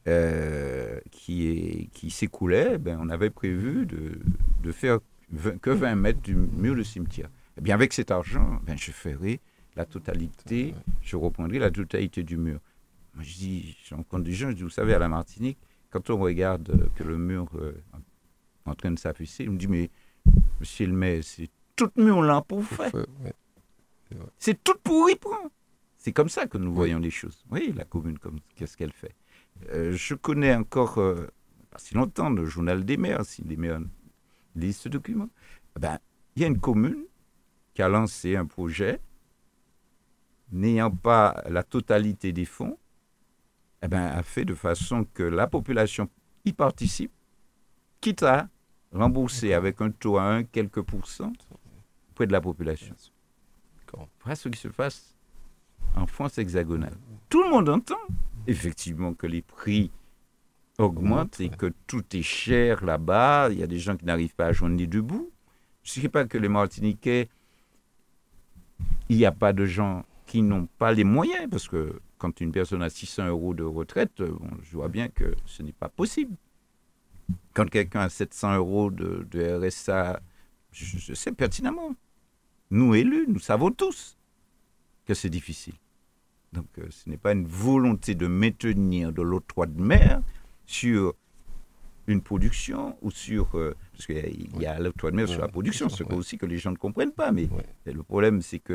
qui s'écoulait. On avait prévu de faire que 20 mètres du mur du cimetière. Eh bien, avec cet argent, je ferai la totalité, je reprendrai la totalité du mur. Moi, je rencontre des gens, je dis, vous savez, à la Martinique, quand on regarde que le mur est en train de s'affaisser, on me dit, mais monsieur le maire, c'est tout mur là pour vous faire. C'est tout pour y prendre. C'est comme ça que nous voyons les choses. Oui, la commune, qu'est-ce qu'elle fait? Je connais encore, pas si longtemps, le journal des maires, si les maires lisent ce document. Il y a une commune qui a lancé un projet n'ayant pas la totalité des fonds, a fait de façon que la population y participe, quitte à rembourser avec un taux à 1 quelques pourcents auprès de la population. Voilà ce qui se passe en France hexagonale. Tout le monde entend effectivement que les prix augmentent et que tout est cher là-bas. Il y a des gens qui n'arrivent pas à joindre les deux bouts. Je ne sais pas que les Martiniquais, il n'y a pas de gens qui n'ont pas les moyens, parce que quand une personne a 600 euros de retraite, je vois bien que ce n'est pas possible. Quand quelqu'un a 700 euros de RSA, je sais pertinemment. Nous élus, nous savons tous que c'est difficile. Donc ce n'est pas une volonté de maintenir de l'octroi de mer sur une production ou sur... parce qu'il y a l'octroi de mer sur la production, ce aussi que les gens ne comprennent pas. Mais le problème, c'est que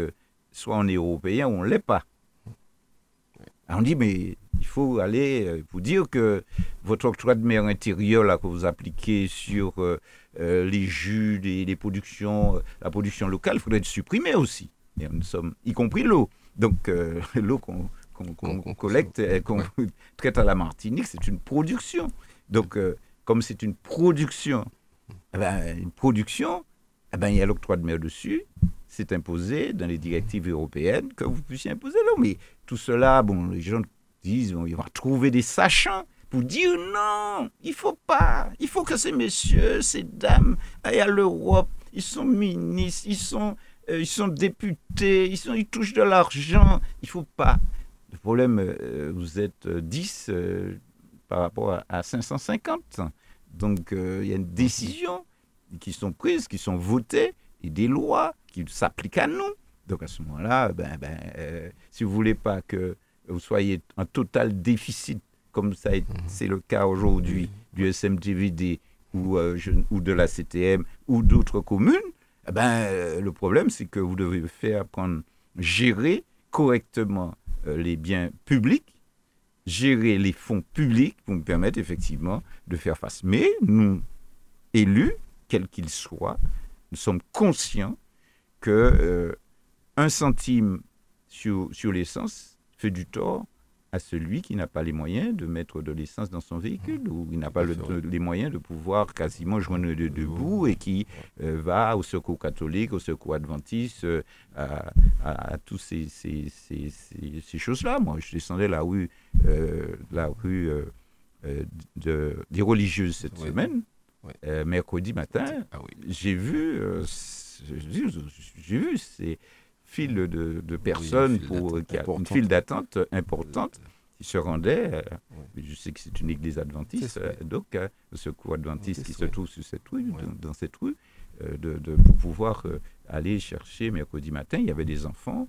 soit on est européen ou on ne l'est pas. Alors on dit, mais il faut aller pour dire que votre octroi de mer intérieur là, que vous appliquez sur les jus, les productions, la production locale, il faudrait être supprimé aussi. Et nous sommes, y compris l'eau. Donc l'eau qu'on collecte, qu'on traite à la Martinique, c'est une production. Donc comme c'est une production, il y a l'octroi de mer dessus. C'est imposé dans les directives européennes que vous puissiez imposer l'eau. Mais tout cela, les gens disent, ils vont trouver des sachants pour dire non, il ne faut pas. Il faut que ces messieurs, ces dames aillent à l'Europe. Ils sont ministres, ils sont députés, ils touchent de l'argent. Il ne faut pas. Le problème, vous êtes 10 par rapport à 550. Donc, il y a une décision qui sont prises, qui sont votées, et des lois qui s'appliquent à nous. Donc à ce moment-là, si vous ne voulez pas que vous soyez en total déficit, comme c'est le cas aujourd'hui du SMGVD ou de la CTM ou d'autres communes, le problème c'est que vous devez gérer correctement les biens publics, gérer les fonds publics pour nous permettre effectivement de faire face. Mais nous, élus, quels qu'ils soient, nous sommes conscients que 1 centime sur l'essence fait du tort à celui qui n'a pas les moyens de mettre de l'essence dans son véhicule ou qui n'a pas les moyens de pouvoir quasiment joindre debout et qui va au secours catholique, au secours adventiste, à toutes ces choses-là. Moi, je descendais la rue des religieuses cette semaine. Mercredi matin, j'ai vu ces files de personnes une file d'attente importante qui se rendaient. Je sais que c'est une église adventiste, donc le secours adventiste qui se trouve sur cette rue, dans cette rue, pour pouvoir aller chercher mercredi matin. Il y avait des enfants.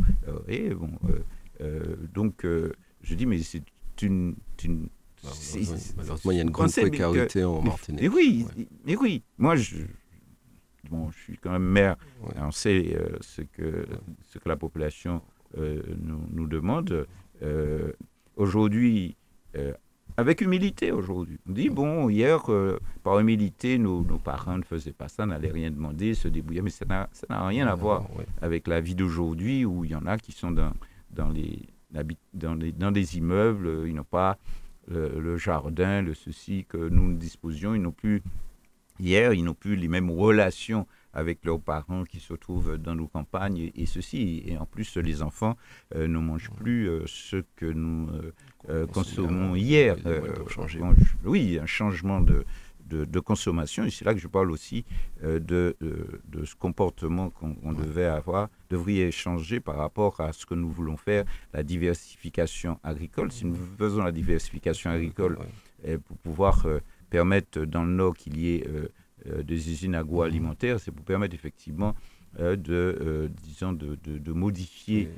Donc, je dis, mais c'est une malheureusement, il y a une grande précarité en Martinique. Mais oui. Moi, je suis quand même maire. On sait ce que la population nous demande. Aujourd'hui, avec humilité, aujourd'hui. On dit, hier, par humilité, nos parents ne faisaient pas ça, n'allaient rien demander, se débrouillaient. Mais ça n'a rien à voir avec la vie d'aujourd'hui où il y en a qui sont dans des immeubles, ils n'ont pas le jardin, le ceci que nous disposions. Ils n'ont plus les mêmes relations avec leurs parents qui se trouvent dans nos campagnes et ceci. Et en plus, les enfants ne mangent plus ce que nous consommons hier. Un changement de consommation. Et c'est là que je parle aussi de ce comportement qu'on devrait changer par rapport à ce que nous voulons faire, la diversification agricole. Si nous faisons la diversification agricole pour pouvoir permettre dans le Nord qu'il y ait des usines agroalimentaires, c'est pour permettre effectivement de modifier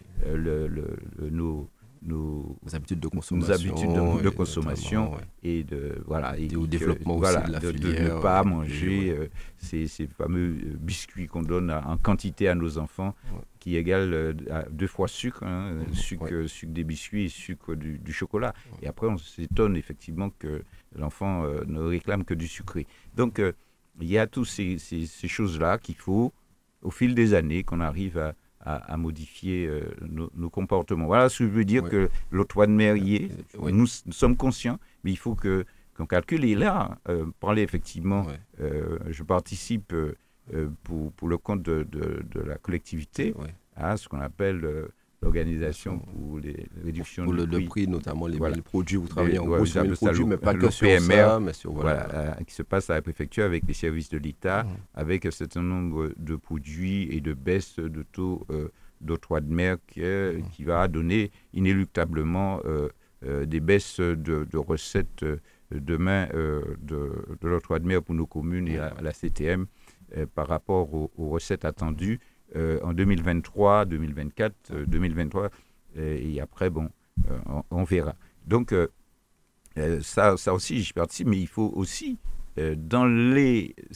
nos habitudes de consommation, et au développement aussi de la filière, de ne pas manger ces fameux biscuits qu'on donne en quantité à nos enfants qui égale à 2 fois sucre, sucre des biscuits et sucre du chocolat. Et après, on s'étonne effectivement que l'enfant ne réclame que du sucré. Donc, il y a toutes ces choses-là qu'il faut, au fil des années, qu'on arrive à modifier nos comportements. Voilà ce que je veux dire, que l'octroi de mer y est. Nous sommes conscients, mais il faut qu'on calcule. Et là, parler effectivement, je participe pour le compte de la collectivité à ce qu'on appelle l'organisation pour les réductions pour de prix, notamment les produits. Vous travaillez en gros sur les produits, mais pas que sur ça, mais sur qui se passe à la préfecture avec les services de l'État, avec un certain nombre de produits et de baisses de taux d'octroi de mer qui va donner inéluctablement des baisses de recettes demain de l'octroi de mer pour nos communes et à la CTM par rapport aux recettes attendues en 2023, 2024, 2023, et après, on verra. Donc, ça aussi, j'y participe, mais il faut aussi, dans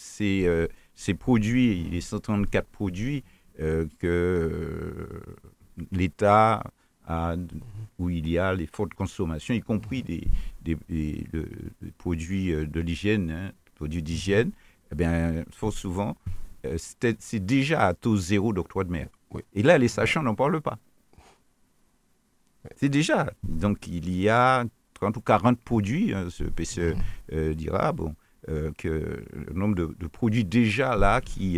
ces produits, les 134 produits l'État où il y a les fortes consommations, y compris des produits de l'hygiène, produits d'hygiène, eh bien, fort souvent, c'est déjà à taux zéro d'octroi de mer. Oui. Et là, les sachants n'en parlent pas. Oui. C'est déjà. Donc, il y a 30 ou 40 produits, ce PCE dira, que le nombre de produits déjà là qui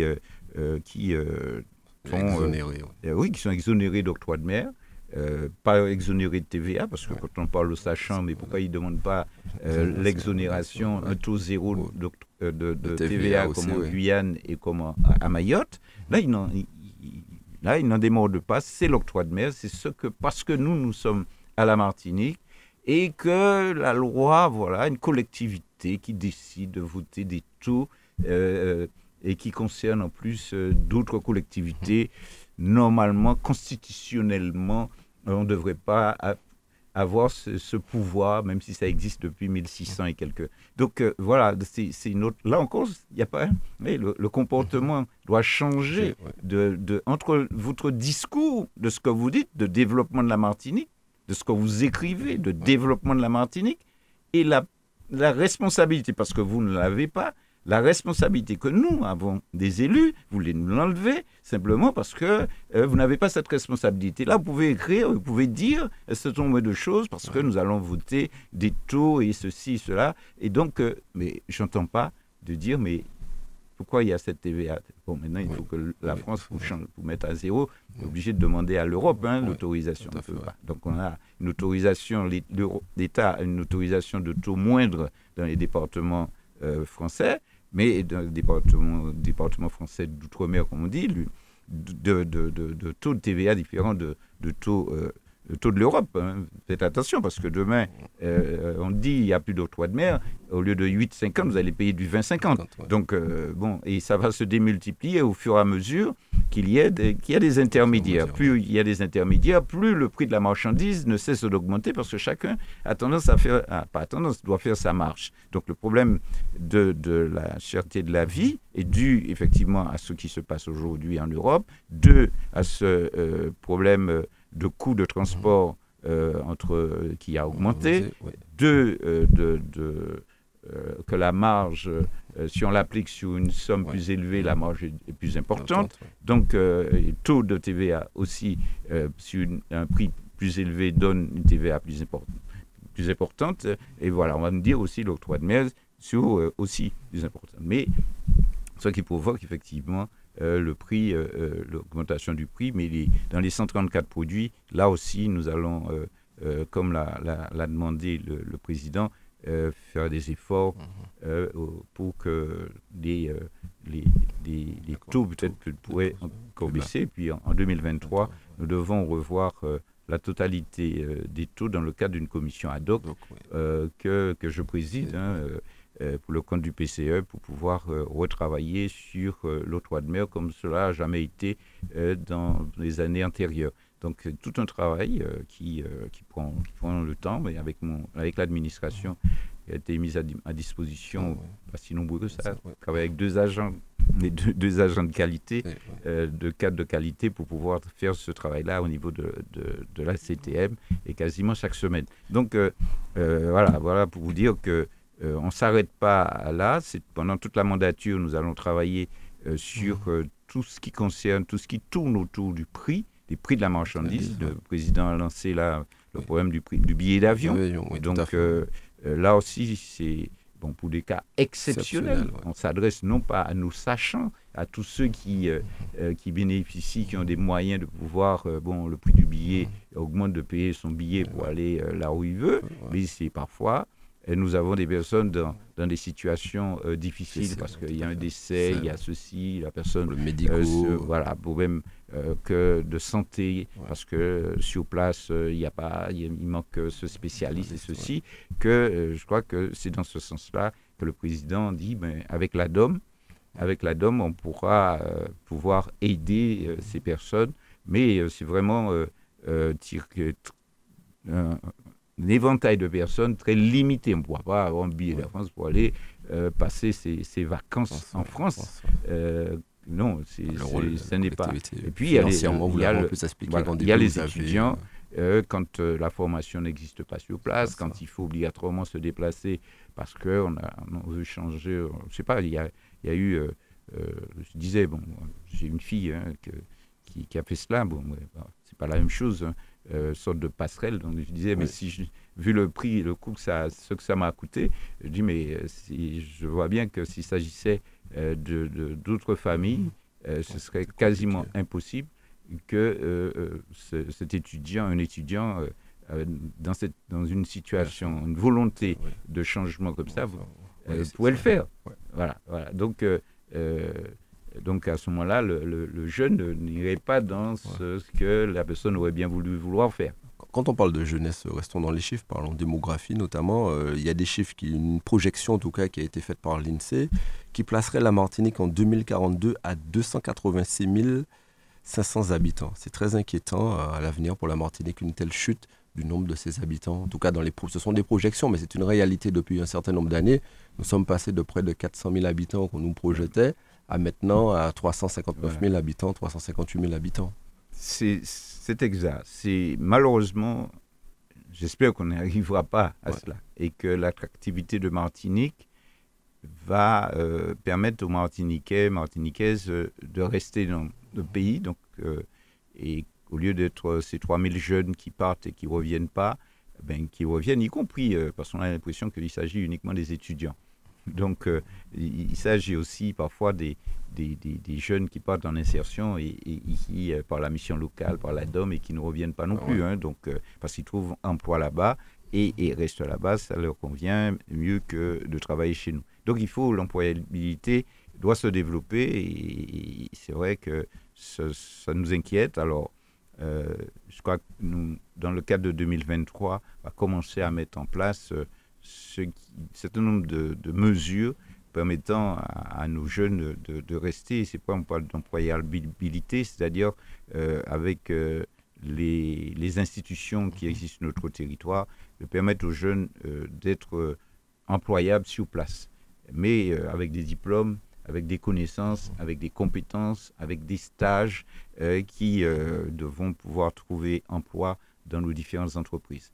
sont exonérés d'octroi de mer. Pas exonéré de TVA, parce que quand on parle aux sachants, mais pourquoi ils ne demandent pas l'exonération, un taux zéro de TVA comme en Guyane et comme à Mayotte. Là, ils n'en démordent pas, c'est l'octroi de mer, c'est parce que nous sommes à la Martinique et que la loi, une collectivité qui décide de voter des taux et qui concerne en plus d'autres collectivités. Normalement, constitutionnellement, on ne devrait pas avoir ce pouvoir, même si ça existe depuis 1600 et quelques. Donc voilà, c'est une autre. Là encore, il n'y a pas. Le comportement doit changer entre votre discours de ce que vous dites de développement de la Martinique, de ce que vous écrivez de développement de la Martinique, et la responsabilité, parce que vous ne l'avez pas. La responsabilité que nous avons des élus, vous voulez nous l'enlever simplement parce que vous n'avez pas cette responsabilité. Là, vous pouvez écrire, vous pouvez dire un certain nombre de choses parce que nous allons voter des taux et ceci, cela. Et donc, mais j'entends pas de dire, mais pourquoi il y a cette TVA ? Bon, maintenant, il faut que la France vous mette à zéro. On est obligé de demander à l'Europe l'autorisation. On peut pas. Donc, on a une autorisation, l'État a une autorisation de taux moindre dans les départements français. Mais dans le département français d'outre-mer, comme on dit, de taux de TVA différents de taux de l'Europe. Faites attention, parce que demain, on dit qu'il n'y a plus d'octroi de mer. Au lieu de 8,50, vous allez payer du 20,50. Donc, et ça va se démultiplier au fur et à mesure qu'il y a des intermédiaires. Plus il y a des intermédiaires, plus le prix de la marchandise ne cesse d'augmenter, parce que chacun a tendance doit faire sa marche. Donc, le problème de la cherté de la vie est dû effectivement à ce qui se passe aujourd'hui en Europe, à ce problème de coût de transport qui a augmenté, que la marge, si on l'applique sur une somme plus élevée, la marge est plus importante. Donc, le taux de TVA aussi, sur un prix plus élevé, donne une TVA plus importante. Et voilà, on va nous dire aussi l'octroi de mer sur aussi plus important. Mais ce qui provoque effectivement le prix, l'augmentation du prix, mais dans les 134 produits, là aussi, nous allons, comme l'a demandé le président, faire des efforts pour que les taux peut-être pourraient encore baisser. Puis en 2023, nous devons revoir la totalité des taux dans le cadre d'une commission ad hoc que je préside. Pour le compte du PCE, pour pouvoir retravailler sur l'octroi de mer comme cela n'a jamais été dans les années antérieures. Donc, tout un travail qui prend le temps, mais avec l'administration qui a été mise à disposition, pas si nombreux que ça. On travaille avec deux agents de qualité, de cadre de qualité, pour pouvoir faire ce travail-là au niveau de la CTM, et quasiment chaque semaine. Donc, voilà pour vous dire que on ne s'arrête pas là. Pendant toute la mandature, nous allons travailler sur tout ce qui concerne, tout ce qui tourne autour du prix, des prix de la marchandise. Le président a lancé là le problème du billet d'avion. Donc là aussi, c'est pour des cas exceptionnels. On s'adresse non pas à nos sachants, à tous ceux qui bénéficient, qui ont des moyens de pouvoir, le prix du billet augmente, de payer son billet pour aller là où il veut, mais c'est parfois... Et nous avons des personnes dans des situations difficiles, parce qu'il y a un décès, il y a ceci, la personne... Le médicaux. Problème de santé, parce que sur place, il manque ce spécialiste et ceci, que je crois que c'est dans ce sens-là que le président dit, avec l'ADOM, on pourra pouvoir aider ces personnes, mais c'est vraiment un éventail de personnes très limité. On ne pourra pas avoir un billet de France pour aller passer ses vacances en France. Non, ce n'est pas. Et puis, il y a les étudiants. Quand la formation n'existe pas sur place, quand il faut obligatoirement se déplacer parce qu'on veut changer. Je ne sais pas, il y a eu. Je disais, j'ai une fille qui a fait cela. C'est pas la même chose, sorte de passerelle. Donc je disais, mais vu le prix, le coût ce que ça m'a coûté, je dis, mais je vois bien que s'il s'agissait d'autres familles, ce serait quasiment impossible que cet étudiant, un étudiant dans une situation, une volonté de changement comme ça, pouvait le faire. Voilà. Donc à ce moment-là, le jeune n'irait pas dans ce que la personne aurait bien vouloir faire. Quand on parle de jeunesse, restons dans les chiffres, parlons de démographie notamment. Il y a des chiffres, une projection en tout cas qui a été faite par l'INSEE, qui placerait la Martinique en 2042 à 286 500 habitants. C'est très inquiétant à l'avenir pour la Martinique, une telle chute du nombre de ses habitants. En tout cas, ce sont des projections, mais c'est une réalité depuis un certain nombre d'années. Nous sommes passés de près de 400 000 habitants qu'on nous projetait à maintenant à 359 000 habitants, 358 000 habitants. C'est exact. Malheureusement, j'espère qu'on n'arrivera pas à cela et que l'attractivité de Martinique va permettre aux Martiniquais, Martiniquaises de rester dans le pays. Donc, et au lieu d'être ces 3000 jeunes qui partent et qui ne reviennent pas, qui reviennent, y compris parce qu'on a l'impression qu'il s'agit uniquement des étudiants. Donc, il s'agit aussi parfois des jeunes qui partent en insertion et qui, par la mission locale, par la DOM, et qui ne reviennent pas non plus. Donc, parce qu'ils trouvent emploi là-bas et restent là-bas, ça leur convient mieux que de travailler chez nous. Donc, l'employabilité doit se développer et c'est vrai que ça nous inquiète. Alors, je crois que nous, dans le cadre de 2023, on va commencer à mettre en place un certain nombre de mesures permettant à nos jeunes de rester. C'est pas on parle d'employabilité, c'est-à-dire avec les institutions qui existent sur notre territoire, de permettre aux jeunes d'être employables sur place, mais avec des diplômes, avec des connaissances, avec des compétences, avec des stages qui devront pouvoir trouver emploi dans nos différentes entreprises.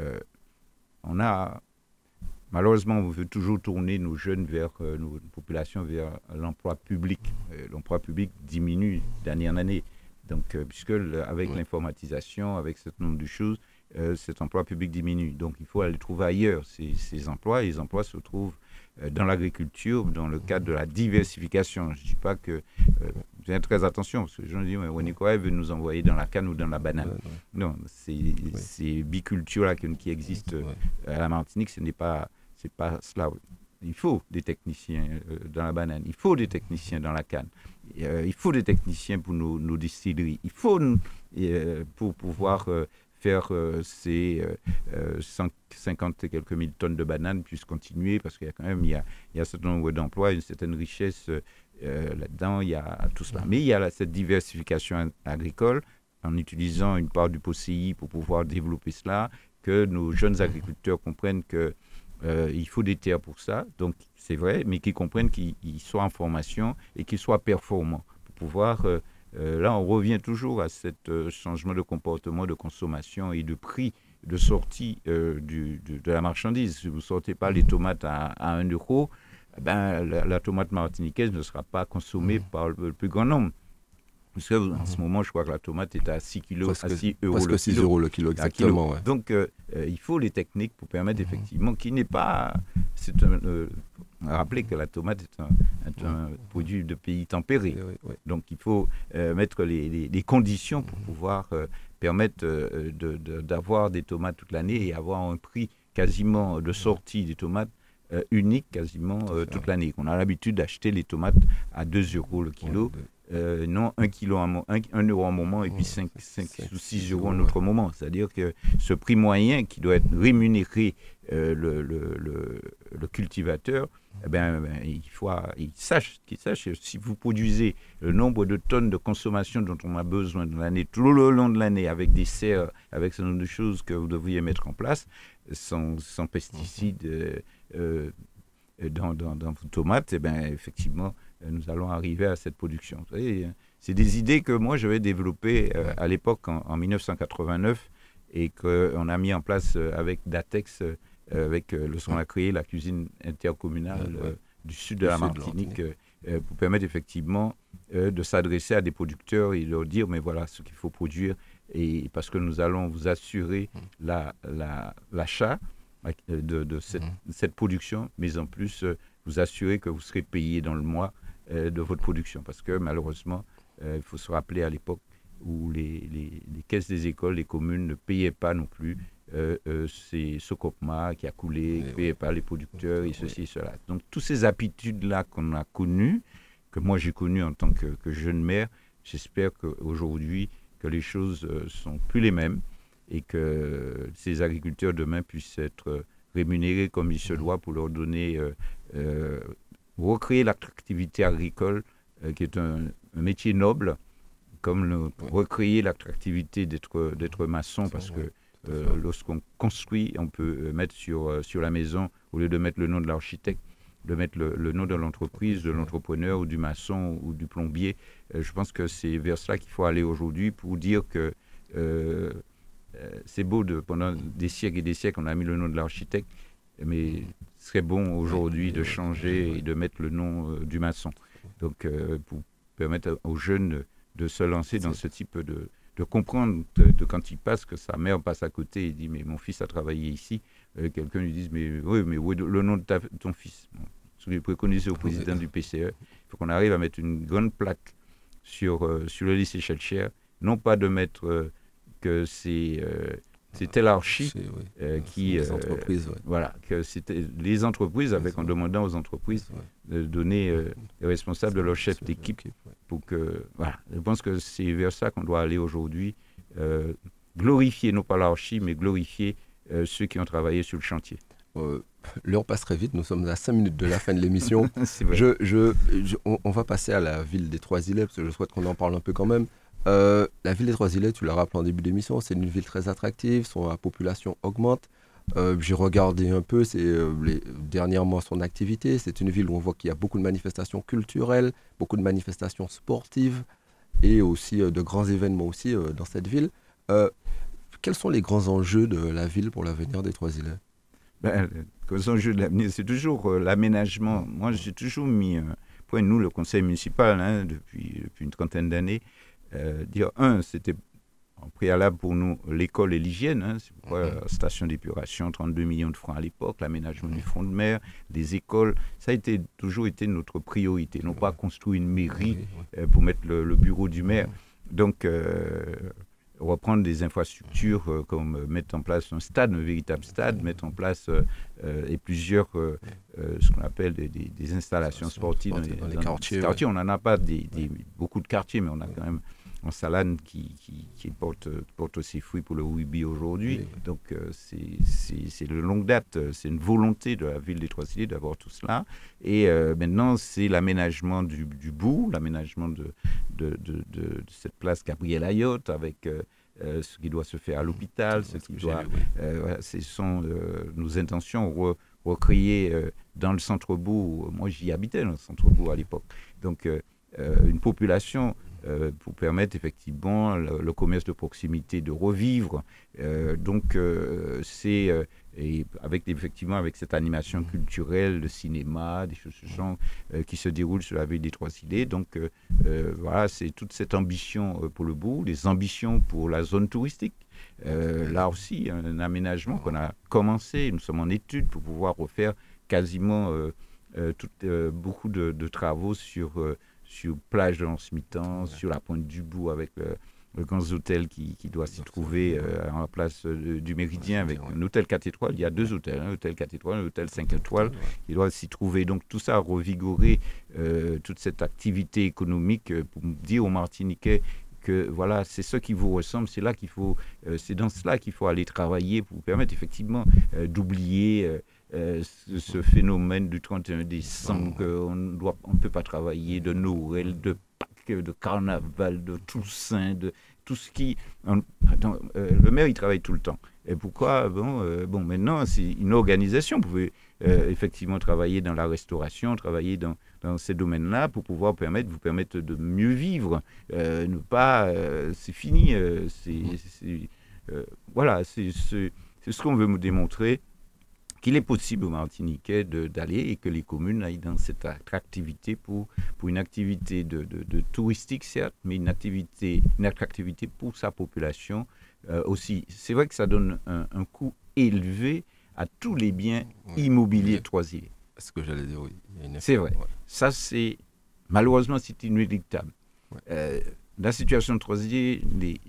Malheureusement, on veut toujours tourner nos jeunes nos populations vers l'emploi public. L'emploi public diminue d'année en année. Donc, puisque avec l'informatisation, avec un certain nombre de choses, cet emploi public diminue. Donc, il faut aller trouver ailleurs ces emplois. Et les emplois se trouvent dans l'agriculture, dans le cadre de la diversification. Je ne dis pas que... Faites très attention, parce que les gens disent Nicolas veut nous envoyer dans la canne ou dans la banane. Non, ces bicultures-là qui existent à la Martinique, c'est pas cela. Il faut des techniciens dans la banane, il faut des techniciens dans la canne, il faut des techniciens pour nos distilleries, il faut pour pouvoir faire ces 150 et quelques mille tonnes de bananes puissent continuer, parce qu'il y a quand même il y a un certain nombre d'emplois, une certaine richesse là-dedans, il y a tout cela. Mais il y a cette diversification agricole en utilisant une part du POCI pour pouvoir développer cela, que nos jeunes agriculteurs comprennent qu'il faut des terres pour ça, donc c'est vrai, mais qu'ils comprennent qu'ils soient en formation et qu'ils soient performants pour pouvoir... là, on revient toujours à ce changement de comportement, de consommation et de prix de sortie de la marchandise. Si vous ne sortez pas les tomates à 1 euro, la tomate martiniquaise ne sera pas consommée par le plus grand nombre. Parce qu'en ce moment, je crois que la tomate est à 6 kilos, à 6 euros presque le 6 euros le kilo, exactement. Ouais. Donc, il faut les techniques pour permettre effectivement qu'il n'est pas... Rappelez que la tomate est un produit de pays tempéré. Donc, il faut mettre les conditions pour pouvoir permettre d'avoir des tomates toute l'année et avoir un prix quasiment de sortie des tomates unique quasiment toute l'année. On a l'habitude d'acheter les tomates à 2 euros le kilo. Non 1 euro en moment et puis 5 ou 6 euros en autre moment. C'est-à-dire que ce prix moyen qui doit être rémunéré le cultivateur, il faut qu'il sache si vous produisez le nombre de tonnes de consommation dont on a besoin dans l'année, tout le long de l'année, avec des serres, avec ce nombre de choses que vous devriez mettre en place, sans pesticides dans vos tomates, effectivement, nous allons arriver à cette production. Vous savez, c'est des idées que moi, je vais développer à l'époque, en 1989, et qu'on a mis en place avec Datex, avec lorsqu'on a créé la cuisine intercommunale du sud de la Martinique, pour permettre effectivement de s'adresser à des producteurs et de leur dire, mais voilà ce qu'il faut produire, et parce que nous allons vous assurer l'achat de cette production, mais en plus vous assurer que vous serez payé dans le mois de votre production. Parce que malheureusement, il faut se rappeler à l'époque où les caisses des écoles, les communes ne payaient pas non plus. C'est Socopma qui a coulé, qui ne payait pas les producteurs et ceci et cela. Donc, toutes ces habitudes-là qu'on a connues, que moi j'ai connues en tant que jeune maire, j'espère qu'aujourd'hui, que les choses ne sont plus les mêmes et que ces agriculteurs demain puissent être rémunérés comme il se doit pour leur donner, recréer l'attractivité agricole, qui est un métier noble, comme recréer l'attractivité d'être maçon, parce que lorsqu'on construit, on peut mettre sur la maison, au lieu de mettre le nom de l'architecte, de mettre le nom de l'entreprise, de l'entrepreneur ou du maçon ou du plombier. Je pense que c'est vers cela qu'il faut aller aujourd'hui pour dire que c'est beau, pendant des siècles et des siècles, on a mis le nom de l'architecte, mais ce serait bon aujourd'hui de changer et de mettre le nom du maçon. Donc, pour permettre aux jeunes de se lancer dans ce type de comprendre quand il passe, que sa mère passe à côté et dit mais mon fils a travaillé ici, quelqu'un lui dit mais oui, mais où est le nom de ton fils? Ce que j'ai préconisé au président du PCE, il faut qu'on arrive à mettre une grande plaque sur le lycée Schellcher, non pas de mettre que c'est telle archi qui voilà, que c'était les entreprises, en demandant aux entreprises de donner les responsables de leur chef d'équipe pour que voilà. Je pense que c'est vers ça qu'on doit aller aujourd'hui, glorifier non pas l'archi mais glorifier ceux qui ont travaillé sur le chantier. L'heure passe très vite, nous sommes à 5 minutes de la fin de l'émission. On va passer à la ville des Trois-Îlets, parce que je souhaite qu'on en parle un peu quand même. La ville des Trois-Îlets, tu l'as rappelé en début d'émission, c'est une ville très attractive, sa population augmente. J'ai regardé un peu dernièrement son activité. C'est une ville où on voit qu'il y a beaucoup de manifestations culturelles, beaucoup de manifestations sportives et aussi de grands événements aussi dans cette ville. Quels sont les grands enjeux de la ville pour l'avenir des Trois-Îlets? Les enjeux de l'avenir, c'est toujours l'aménagement. Moi, j'ai toujours mis point, nous, le conseil municipal, depuis une trentaine d'années, c'était en préalable pour nous l'école et l'hygiène. C'est pourquoi la station d'épuration, 32 millions de francs à l'époque, l'aménagement du front de mer, les écoles, ça a toujours été notre priorité. Non pas construire une mairie pour mettre le bureau du maire. Donc, reprendre des infrastructures comme mettre en place un stade, un véritable stade, mettre en place et plusieurs, ce qu'on appelle des installations sportives dans les quartiers. On n'en a pas beaucoup de quartiers, mais on a quand même en Salane qui porte ses fruits pour le rugby aujourd'hui. Donc c'est de longue date, c'est une volonté de la ville des Trois-Îlets d'avoir tout cela. Et maintenant, c'est l'aménagement du bout, l'aménagement de cette place Gabriel Ayotte avec ce qui doit se faire à l'hôpital, ce sont nos intentions, recréer dans le centre-bourg. Moi, j'y habitais dans le centre-bourg à l'époque. Donc, une population pour permettre effectivement le commerce de proximité de revivre. Et avec cette animation culturelle, le cinéma, des choses de ce genre qui se déroulent sur la ville des Trois-Îlets. Donc voilà, c'est toute cette ambition pour le bourg, les ambitions pour la zone touristique. Là aussi, un aménagement qu'on a commencé, nous sommes en étude pour pouvoir refaire quasiment beaucoup de travaux sur plage de l'Anse-Mitan, sur la pointe du bout avec le grand hôtel qui doit s'y trouver à la place du Méridien avec un hôtel 4 étoiles. Il y a 2 hôtels, un hôtel 4 étoiles, un hôtel 5 étoiles qui doit s'y trouver. Donc tout ça a revigoré toute cette activité économique pour dire aux Martiniquais que voilà, c'est ce qui vous ressemble, c'est dans cela qu'il faut aller travailler pour permettre effectivement d'oublier ce phénomène du 31 décembre, qu'on ne peut pas travailler, de Noël, de Pâques, de Carnaval, de Toussaint, de tout ce qui... le maire, il travaille tout le temps. Et pourquoi maintenant, c'est une organisation. effectivement travailler dans la restauration, travailler dans ces domaines-là pour pouvoir vous permettre de mieux vivre. Ne pas, c'est fini. Voilà, c'est ce qu'on veut me démontrer, qu'il est possible aux Martiniquais d'aller et que les communes aillent dans cette attractivité pour une activité de touristique, certes, mais une attractivité pour sa population aussi. C'est vrai que ça donne un coût élevé à tous les biens immobiliers de Trois-Îlets. C'est ce que j'allais dire, oui. C'est vrai. Ouais. Ça, malheureusement, c'est inéluctable. Ouais. La situation de Trois-Îlets,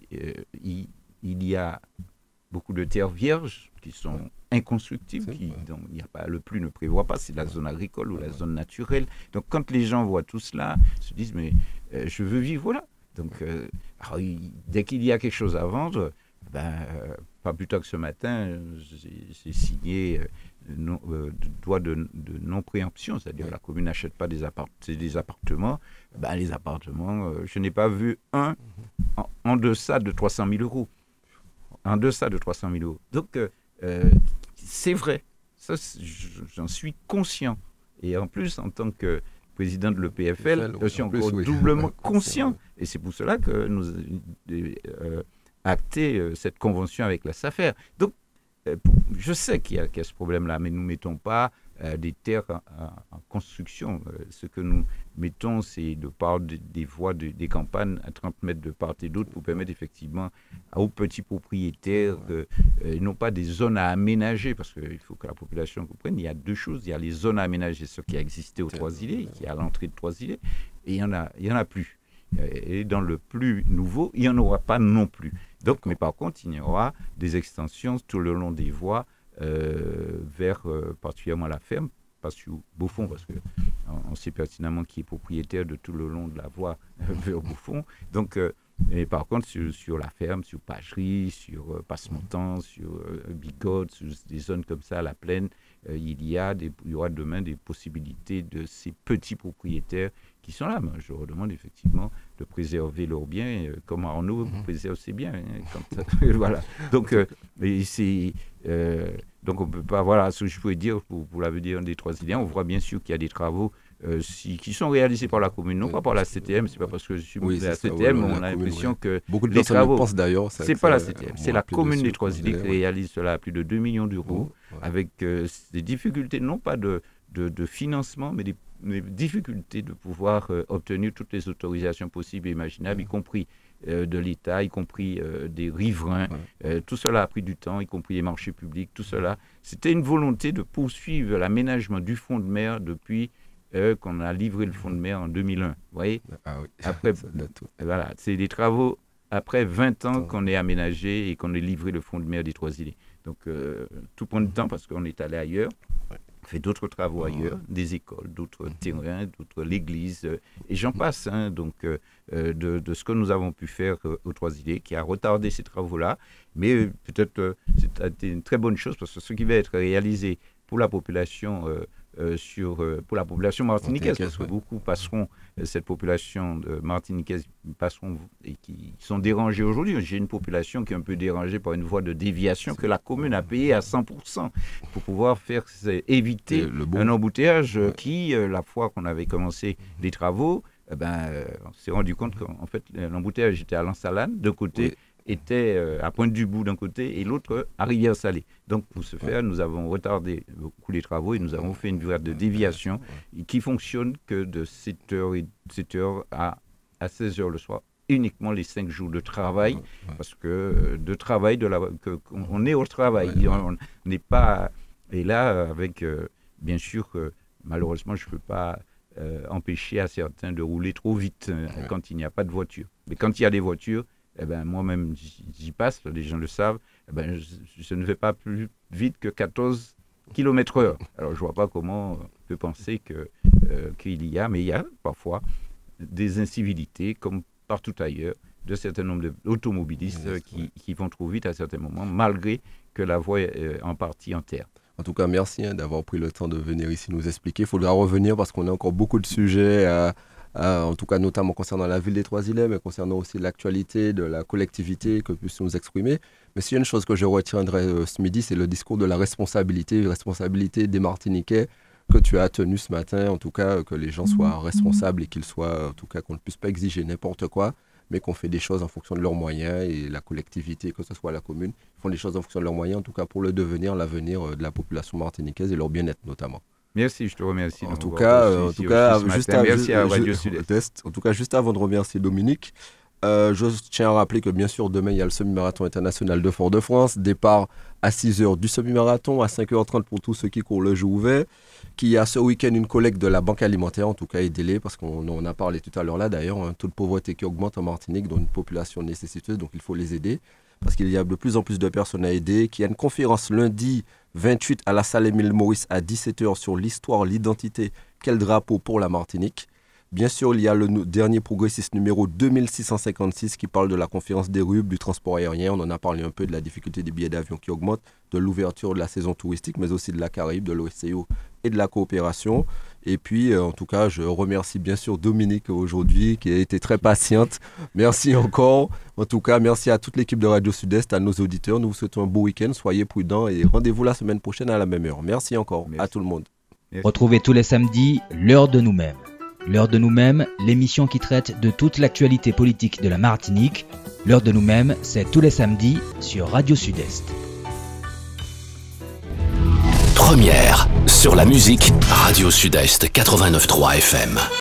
il y a beaucoup de terres vierges qui sont inconstructibles, dont le PLU ne prévoit pas, c'est la zone agricole ou la zone naturelle. Donc quand les gens voient tout cela, ils se disent mais je veux vivre là. Donc dès qu'il y a quelque chose à vendre, pas plus tard que ce matin, j'ai signé droit de non-préemption, c'est-à-dire la commune n'achète pas des appartements. Les appartements, je n'ai pas vu un en deçà de 300 000 euros. En deçà de 300 000 euros. Donc, c'est vrai. Ça, j'en suis conscient. Et en plus, en tant que président de l'EPFL, je suis encore doublement conscient. Et c'est pour cela que nous avons acté cette convention avec la SAFER. Donc, je sais qu'il y a ce problème-là, mais nous ne mettons pas des terres en construction. Ce que nous mettons, c'est de part des voies des campagnes à 30 mètres de part et d'autre pour permettre effectivement aux petits propriétaires, ils n'ont pas des zones à aménager, parce qu'il faut que la population comprenne, il y a deux choses. Il y a les zones à aménager, ce qui a existé aux Trois-Îlets, qui est à l'entrée de Trois-Îlets, et il y en a plus. Et dans le plus nouveau, il n'y en aura pas non plus. Donc, mais par contre, il y aura des extensions tout le long des voies vers particulièrement la ferme, pas sur Beaufond, parce qu'on sait pertinemment qui est propriétaire de tout le long de la voie vers Beaufond. Donc, mais par contre, sur la ferme, sur Pagerie, sur Passe-Montant, sur Bigote, sur des zones comme ça, à la plaine, il y aura demain des possibilités de ces petits propriétaires qui sont là. Je leur demande effectivement de préserver leurs biens, comme Arnaud préserve ses biens. Voilà. Donc, donc on ne peut pas, voilà ce que je pouvais dire pour l'avenir des Trois-Îliens. On voit bien sûr qu'il y a des travaux qui sont réalisés par la commune, non pas par la CTM. C'est pas parce que je suis de la CTM, on a l'impression que beaucoup de personnes travaux, pensent d'ailleurs. C'est pas la CTM, c'est la commune des Trois-Îlets qui réalise cela à plus de 2 millions d'euros, avec des difficultés, non pas de financement, mais des difficultés de pouvoir obtenir toutes les autorisations possibles et imaginables, y compris de l'État, y compris des riverains. Tout cela a pris du temps, y compris les marchés publics, tout cela. C'était une volonté de poursuivre l'aménagement du front de mer depuis qu'on a livré le front de mer en 2001. Vous voyez ? Après, voilà, c'est des travaux après 20 ans qu'on est aménagé et qu'on ait livré le front de mer des Trois-Îlets. Donc, tout prend du temps parce qu'on est allé ailleurs. Fait d'autres travaux ailleurs, des écoles, d'autres terrains, d'autres l'église, et j'en passe. Donc, de ce que nous avons pu faire aux Trois-Îlets, qui a retardé ces travaux-là, mais peut-être c'était une très bonne chose, parce que ce qui va être réalisé pour la population pour la population martiniquaise, parce que beaucoup passeront, cette population martiniquaise passeront et qui sont dérangés aujourd'hui. J'ai une population qui est un peu dérangée par une voie de déviation que la commune a payée à 100% pour pouvoir éviter un embouteillage qui, la fois qu'on avait commencé les travaux, on s'est rendu compte qu'en fait l'embouteillage était à l'Ansalane de côté. Était à Pointe-du-Bout d'un côté et l'autre à Rivière-Salée. Donc, pour ce faire, nous avons retardé beaucoup les travaux et nous avons fait une voie de déviation qui fonctionne que de 7h à 16h le soir, uniquement les 5 jours de travail, parce que de travail, on est au travail. On n'est pas... Et là, avec, bien sûr, malheureusement, je ne peux pas empêcher à certains de rouler trop vite quand il n'y a pas de voiture. Mais quand il y a des voitures, moi-même, j'y passe, les gens le savent, je ne vais pas plus vite que 14 km/h. Alors, je ne vois pas comment on peut penser qu'il y a, mais il y a parfois des incivilités, comme partout ailleurs, de certains nombres d'automobilistes qui vont trop vite à certains moments, malgré que la voie est en partie en terre. En tout cas, merci d'avoir pris le temps de venir ici nous expliquer. Il faudra revenir parce qu'on a encore beaucoup de sujets en tout cas notamment concernant la ville des Trois-Îlets, mais concernant aussi l'actualité de la collectivité, que puissent nous exprimer. Mais s'il y a une chose que je retiendrai ce midi, c'est le discours de la responsabilité des Martiniquais que tu as tenu ce matin, en tout cas que les gens soient responsables et qu'ils soient, en tout cas qu'on ne puisse pas exiger n'importe quoi, mais qu'on fait des choses en fonction de leurs moyens, et la collectivité, que ce soit la commune, font des choses en fonction de leurs moyens, en tout cas pour le devenir, l'avenir de la population martiniquaise et leur bien-être notamment. Merci, je te remercie. En tout cas, juste avant de remercier Dominique, je tiens à rappeler que bien sûr demain il y a le semi-marathon international de Fort-de-France, départ à 6h du semi-marathon, à 5h30 pour tous ceux qui courent le jeu ouvert, qui a ce week-end une collecte de la banque alimentaire, en tout cas aidez-les, parce qu'on en a parlé tout à l'heure là d'ailleurs, un taux de pauvreté qui augmente en Martinique, dans une population nécessiteuse, donc il faut les aider, parce qu'il y a de plus en plus de personnes à aider, qu'il y a une conférence lundi 28 à la salle Émile Maurice à 17h sur l'histoire, l'identité, quel drapeau pour la Martinique. Bien sûr, il y a le dernier progressiste numéro 2656 qui parle de la conférence des RUB, du transport aérien. On en a parlé un peu de la difficulté des billets d'avion qui augmentent, de l'ouverture de la saison touristique, mais aussi de la Caraïbe, de l'OSCO et de la coopération. Et puis, en tout cas, je remercie bien sûr Dominique aujourd'hui qui a été très patiente. Merci encore. En tout cas, merci à toute l'équipe de Radio Sud-Est, à nos auditeurs. Nous vous souhaitons un beau week-end. Soyez prudents et rendez-vous la semaine prochaine à la même heure. Merci encore à tout le monde. Merci. Retrouvez tous les samedis l'heure de nous-mêmes. L'heure de nous-mêmes, l'émission qui traite de toute l'actualité politique de la Martinique. L'heure de nous-mêmes, c'est tous les samedis sur Radio Sud-Est. Première sur la musique Radio Sud-Est 89.3 FM.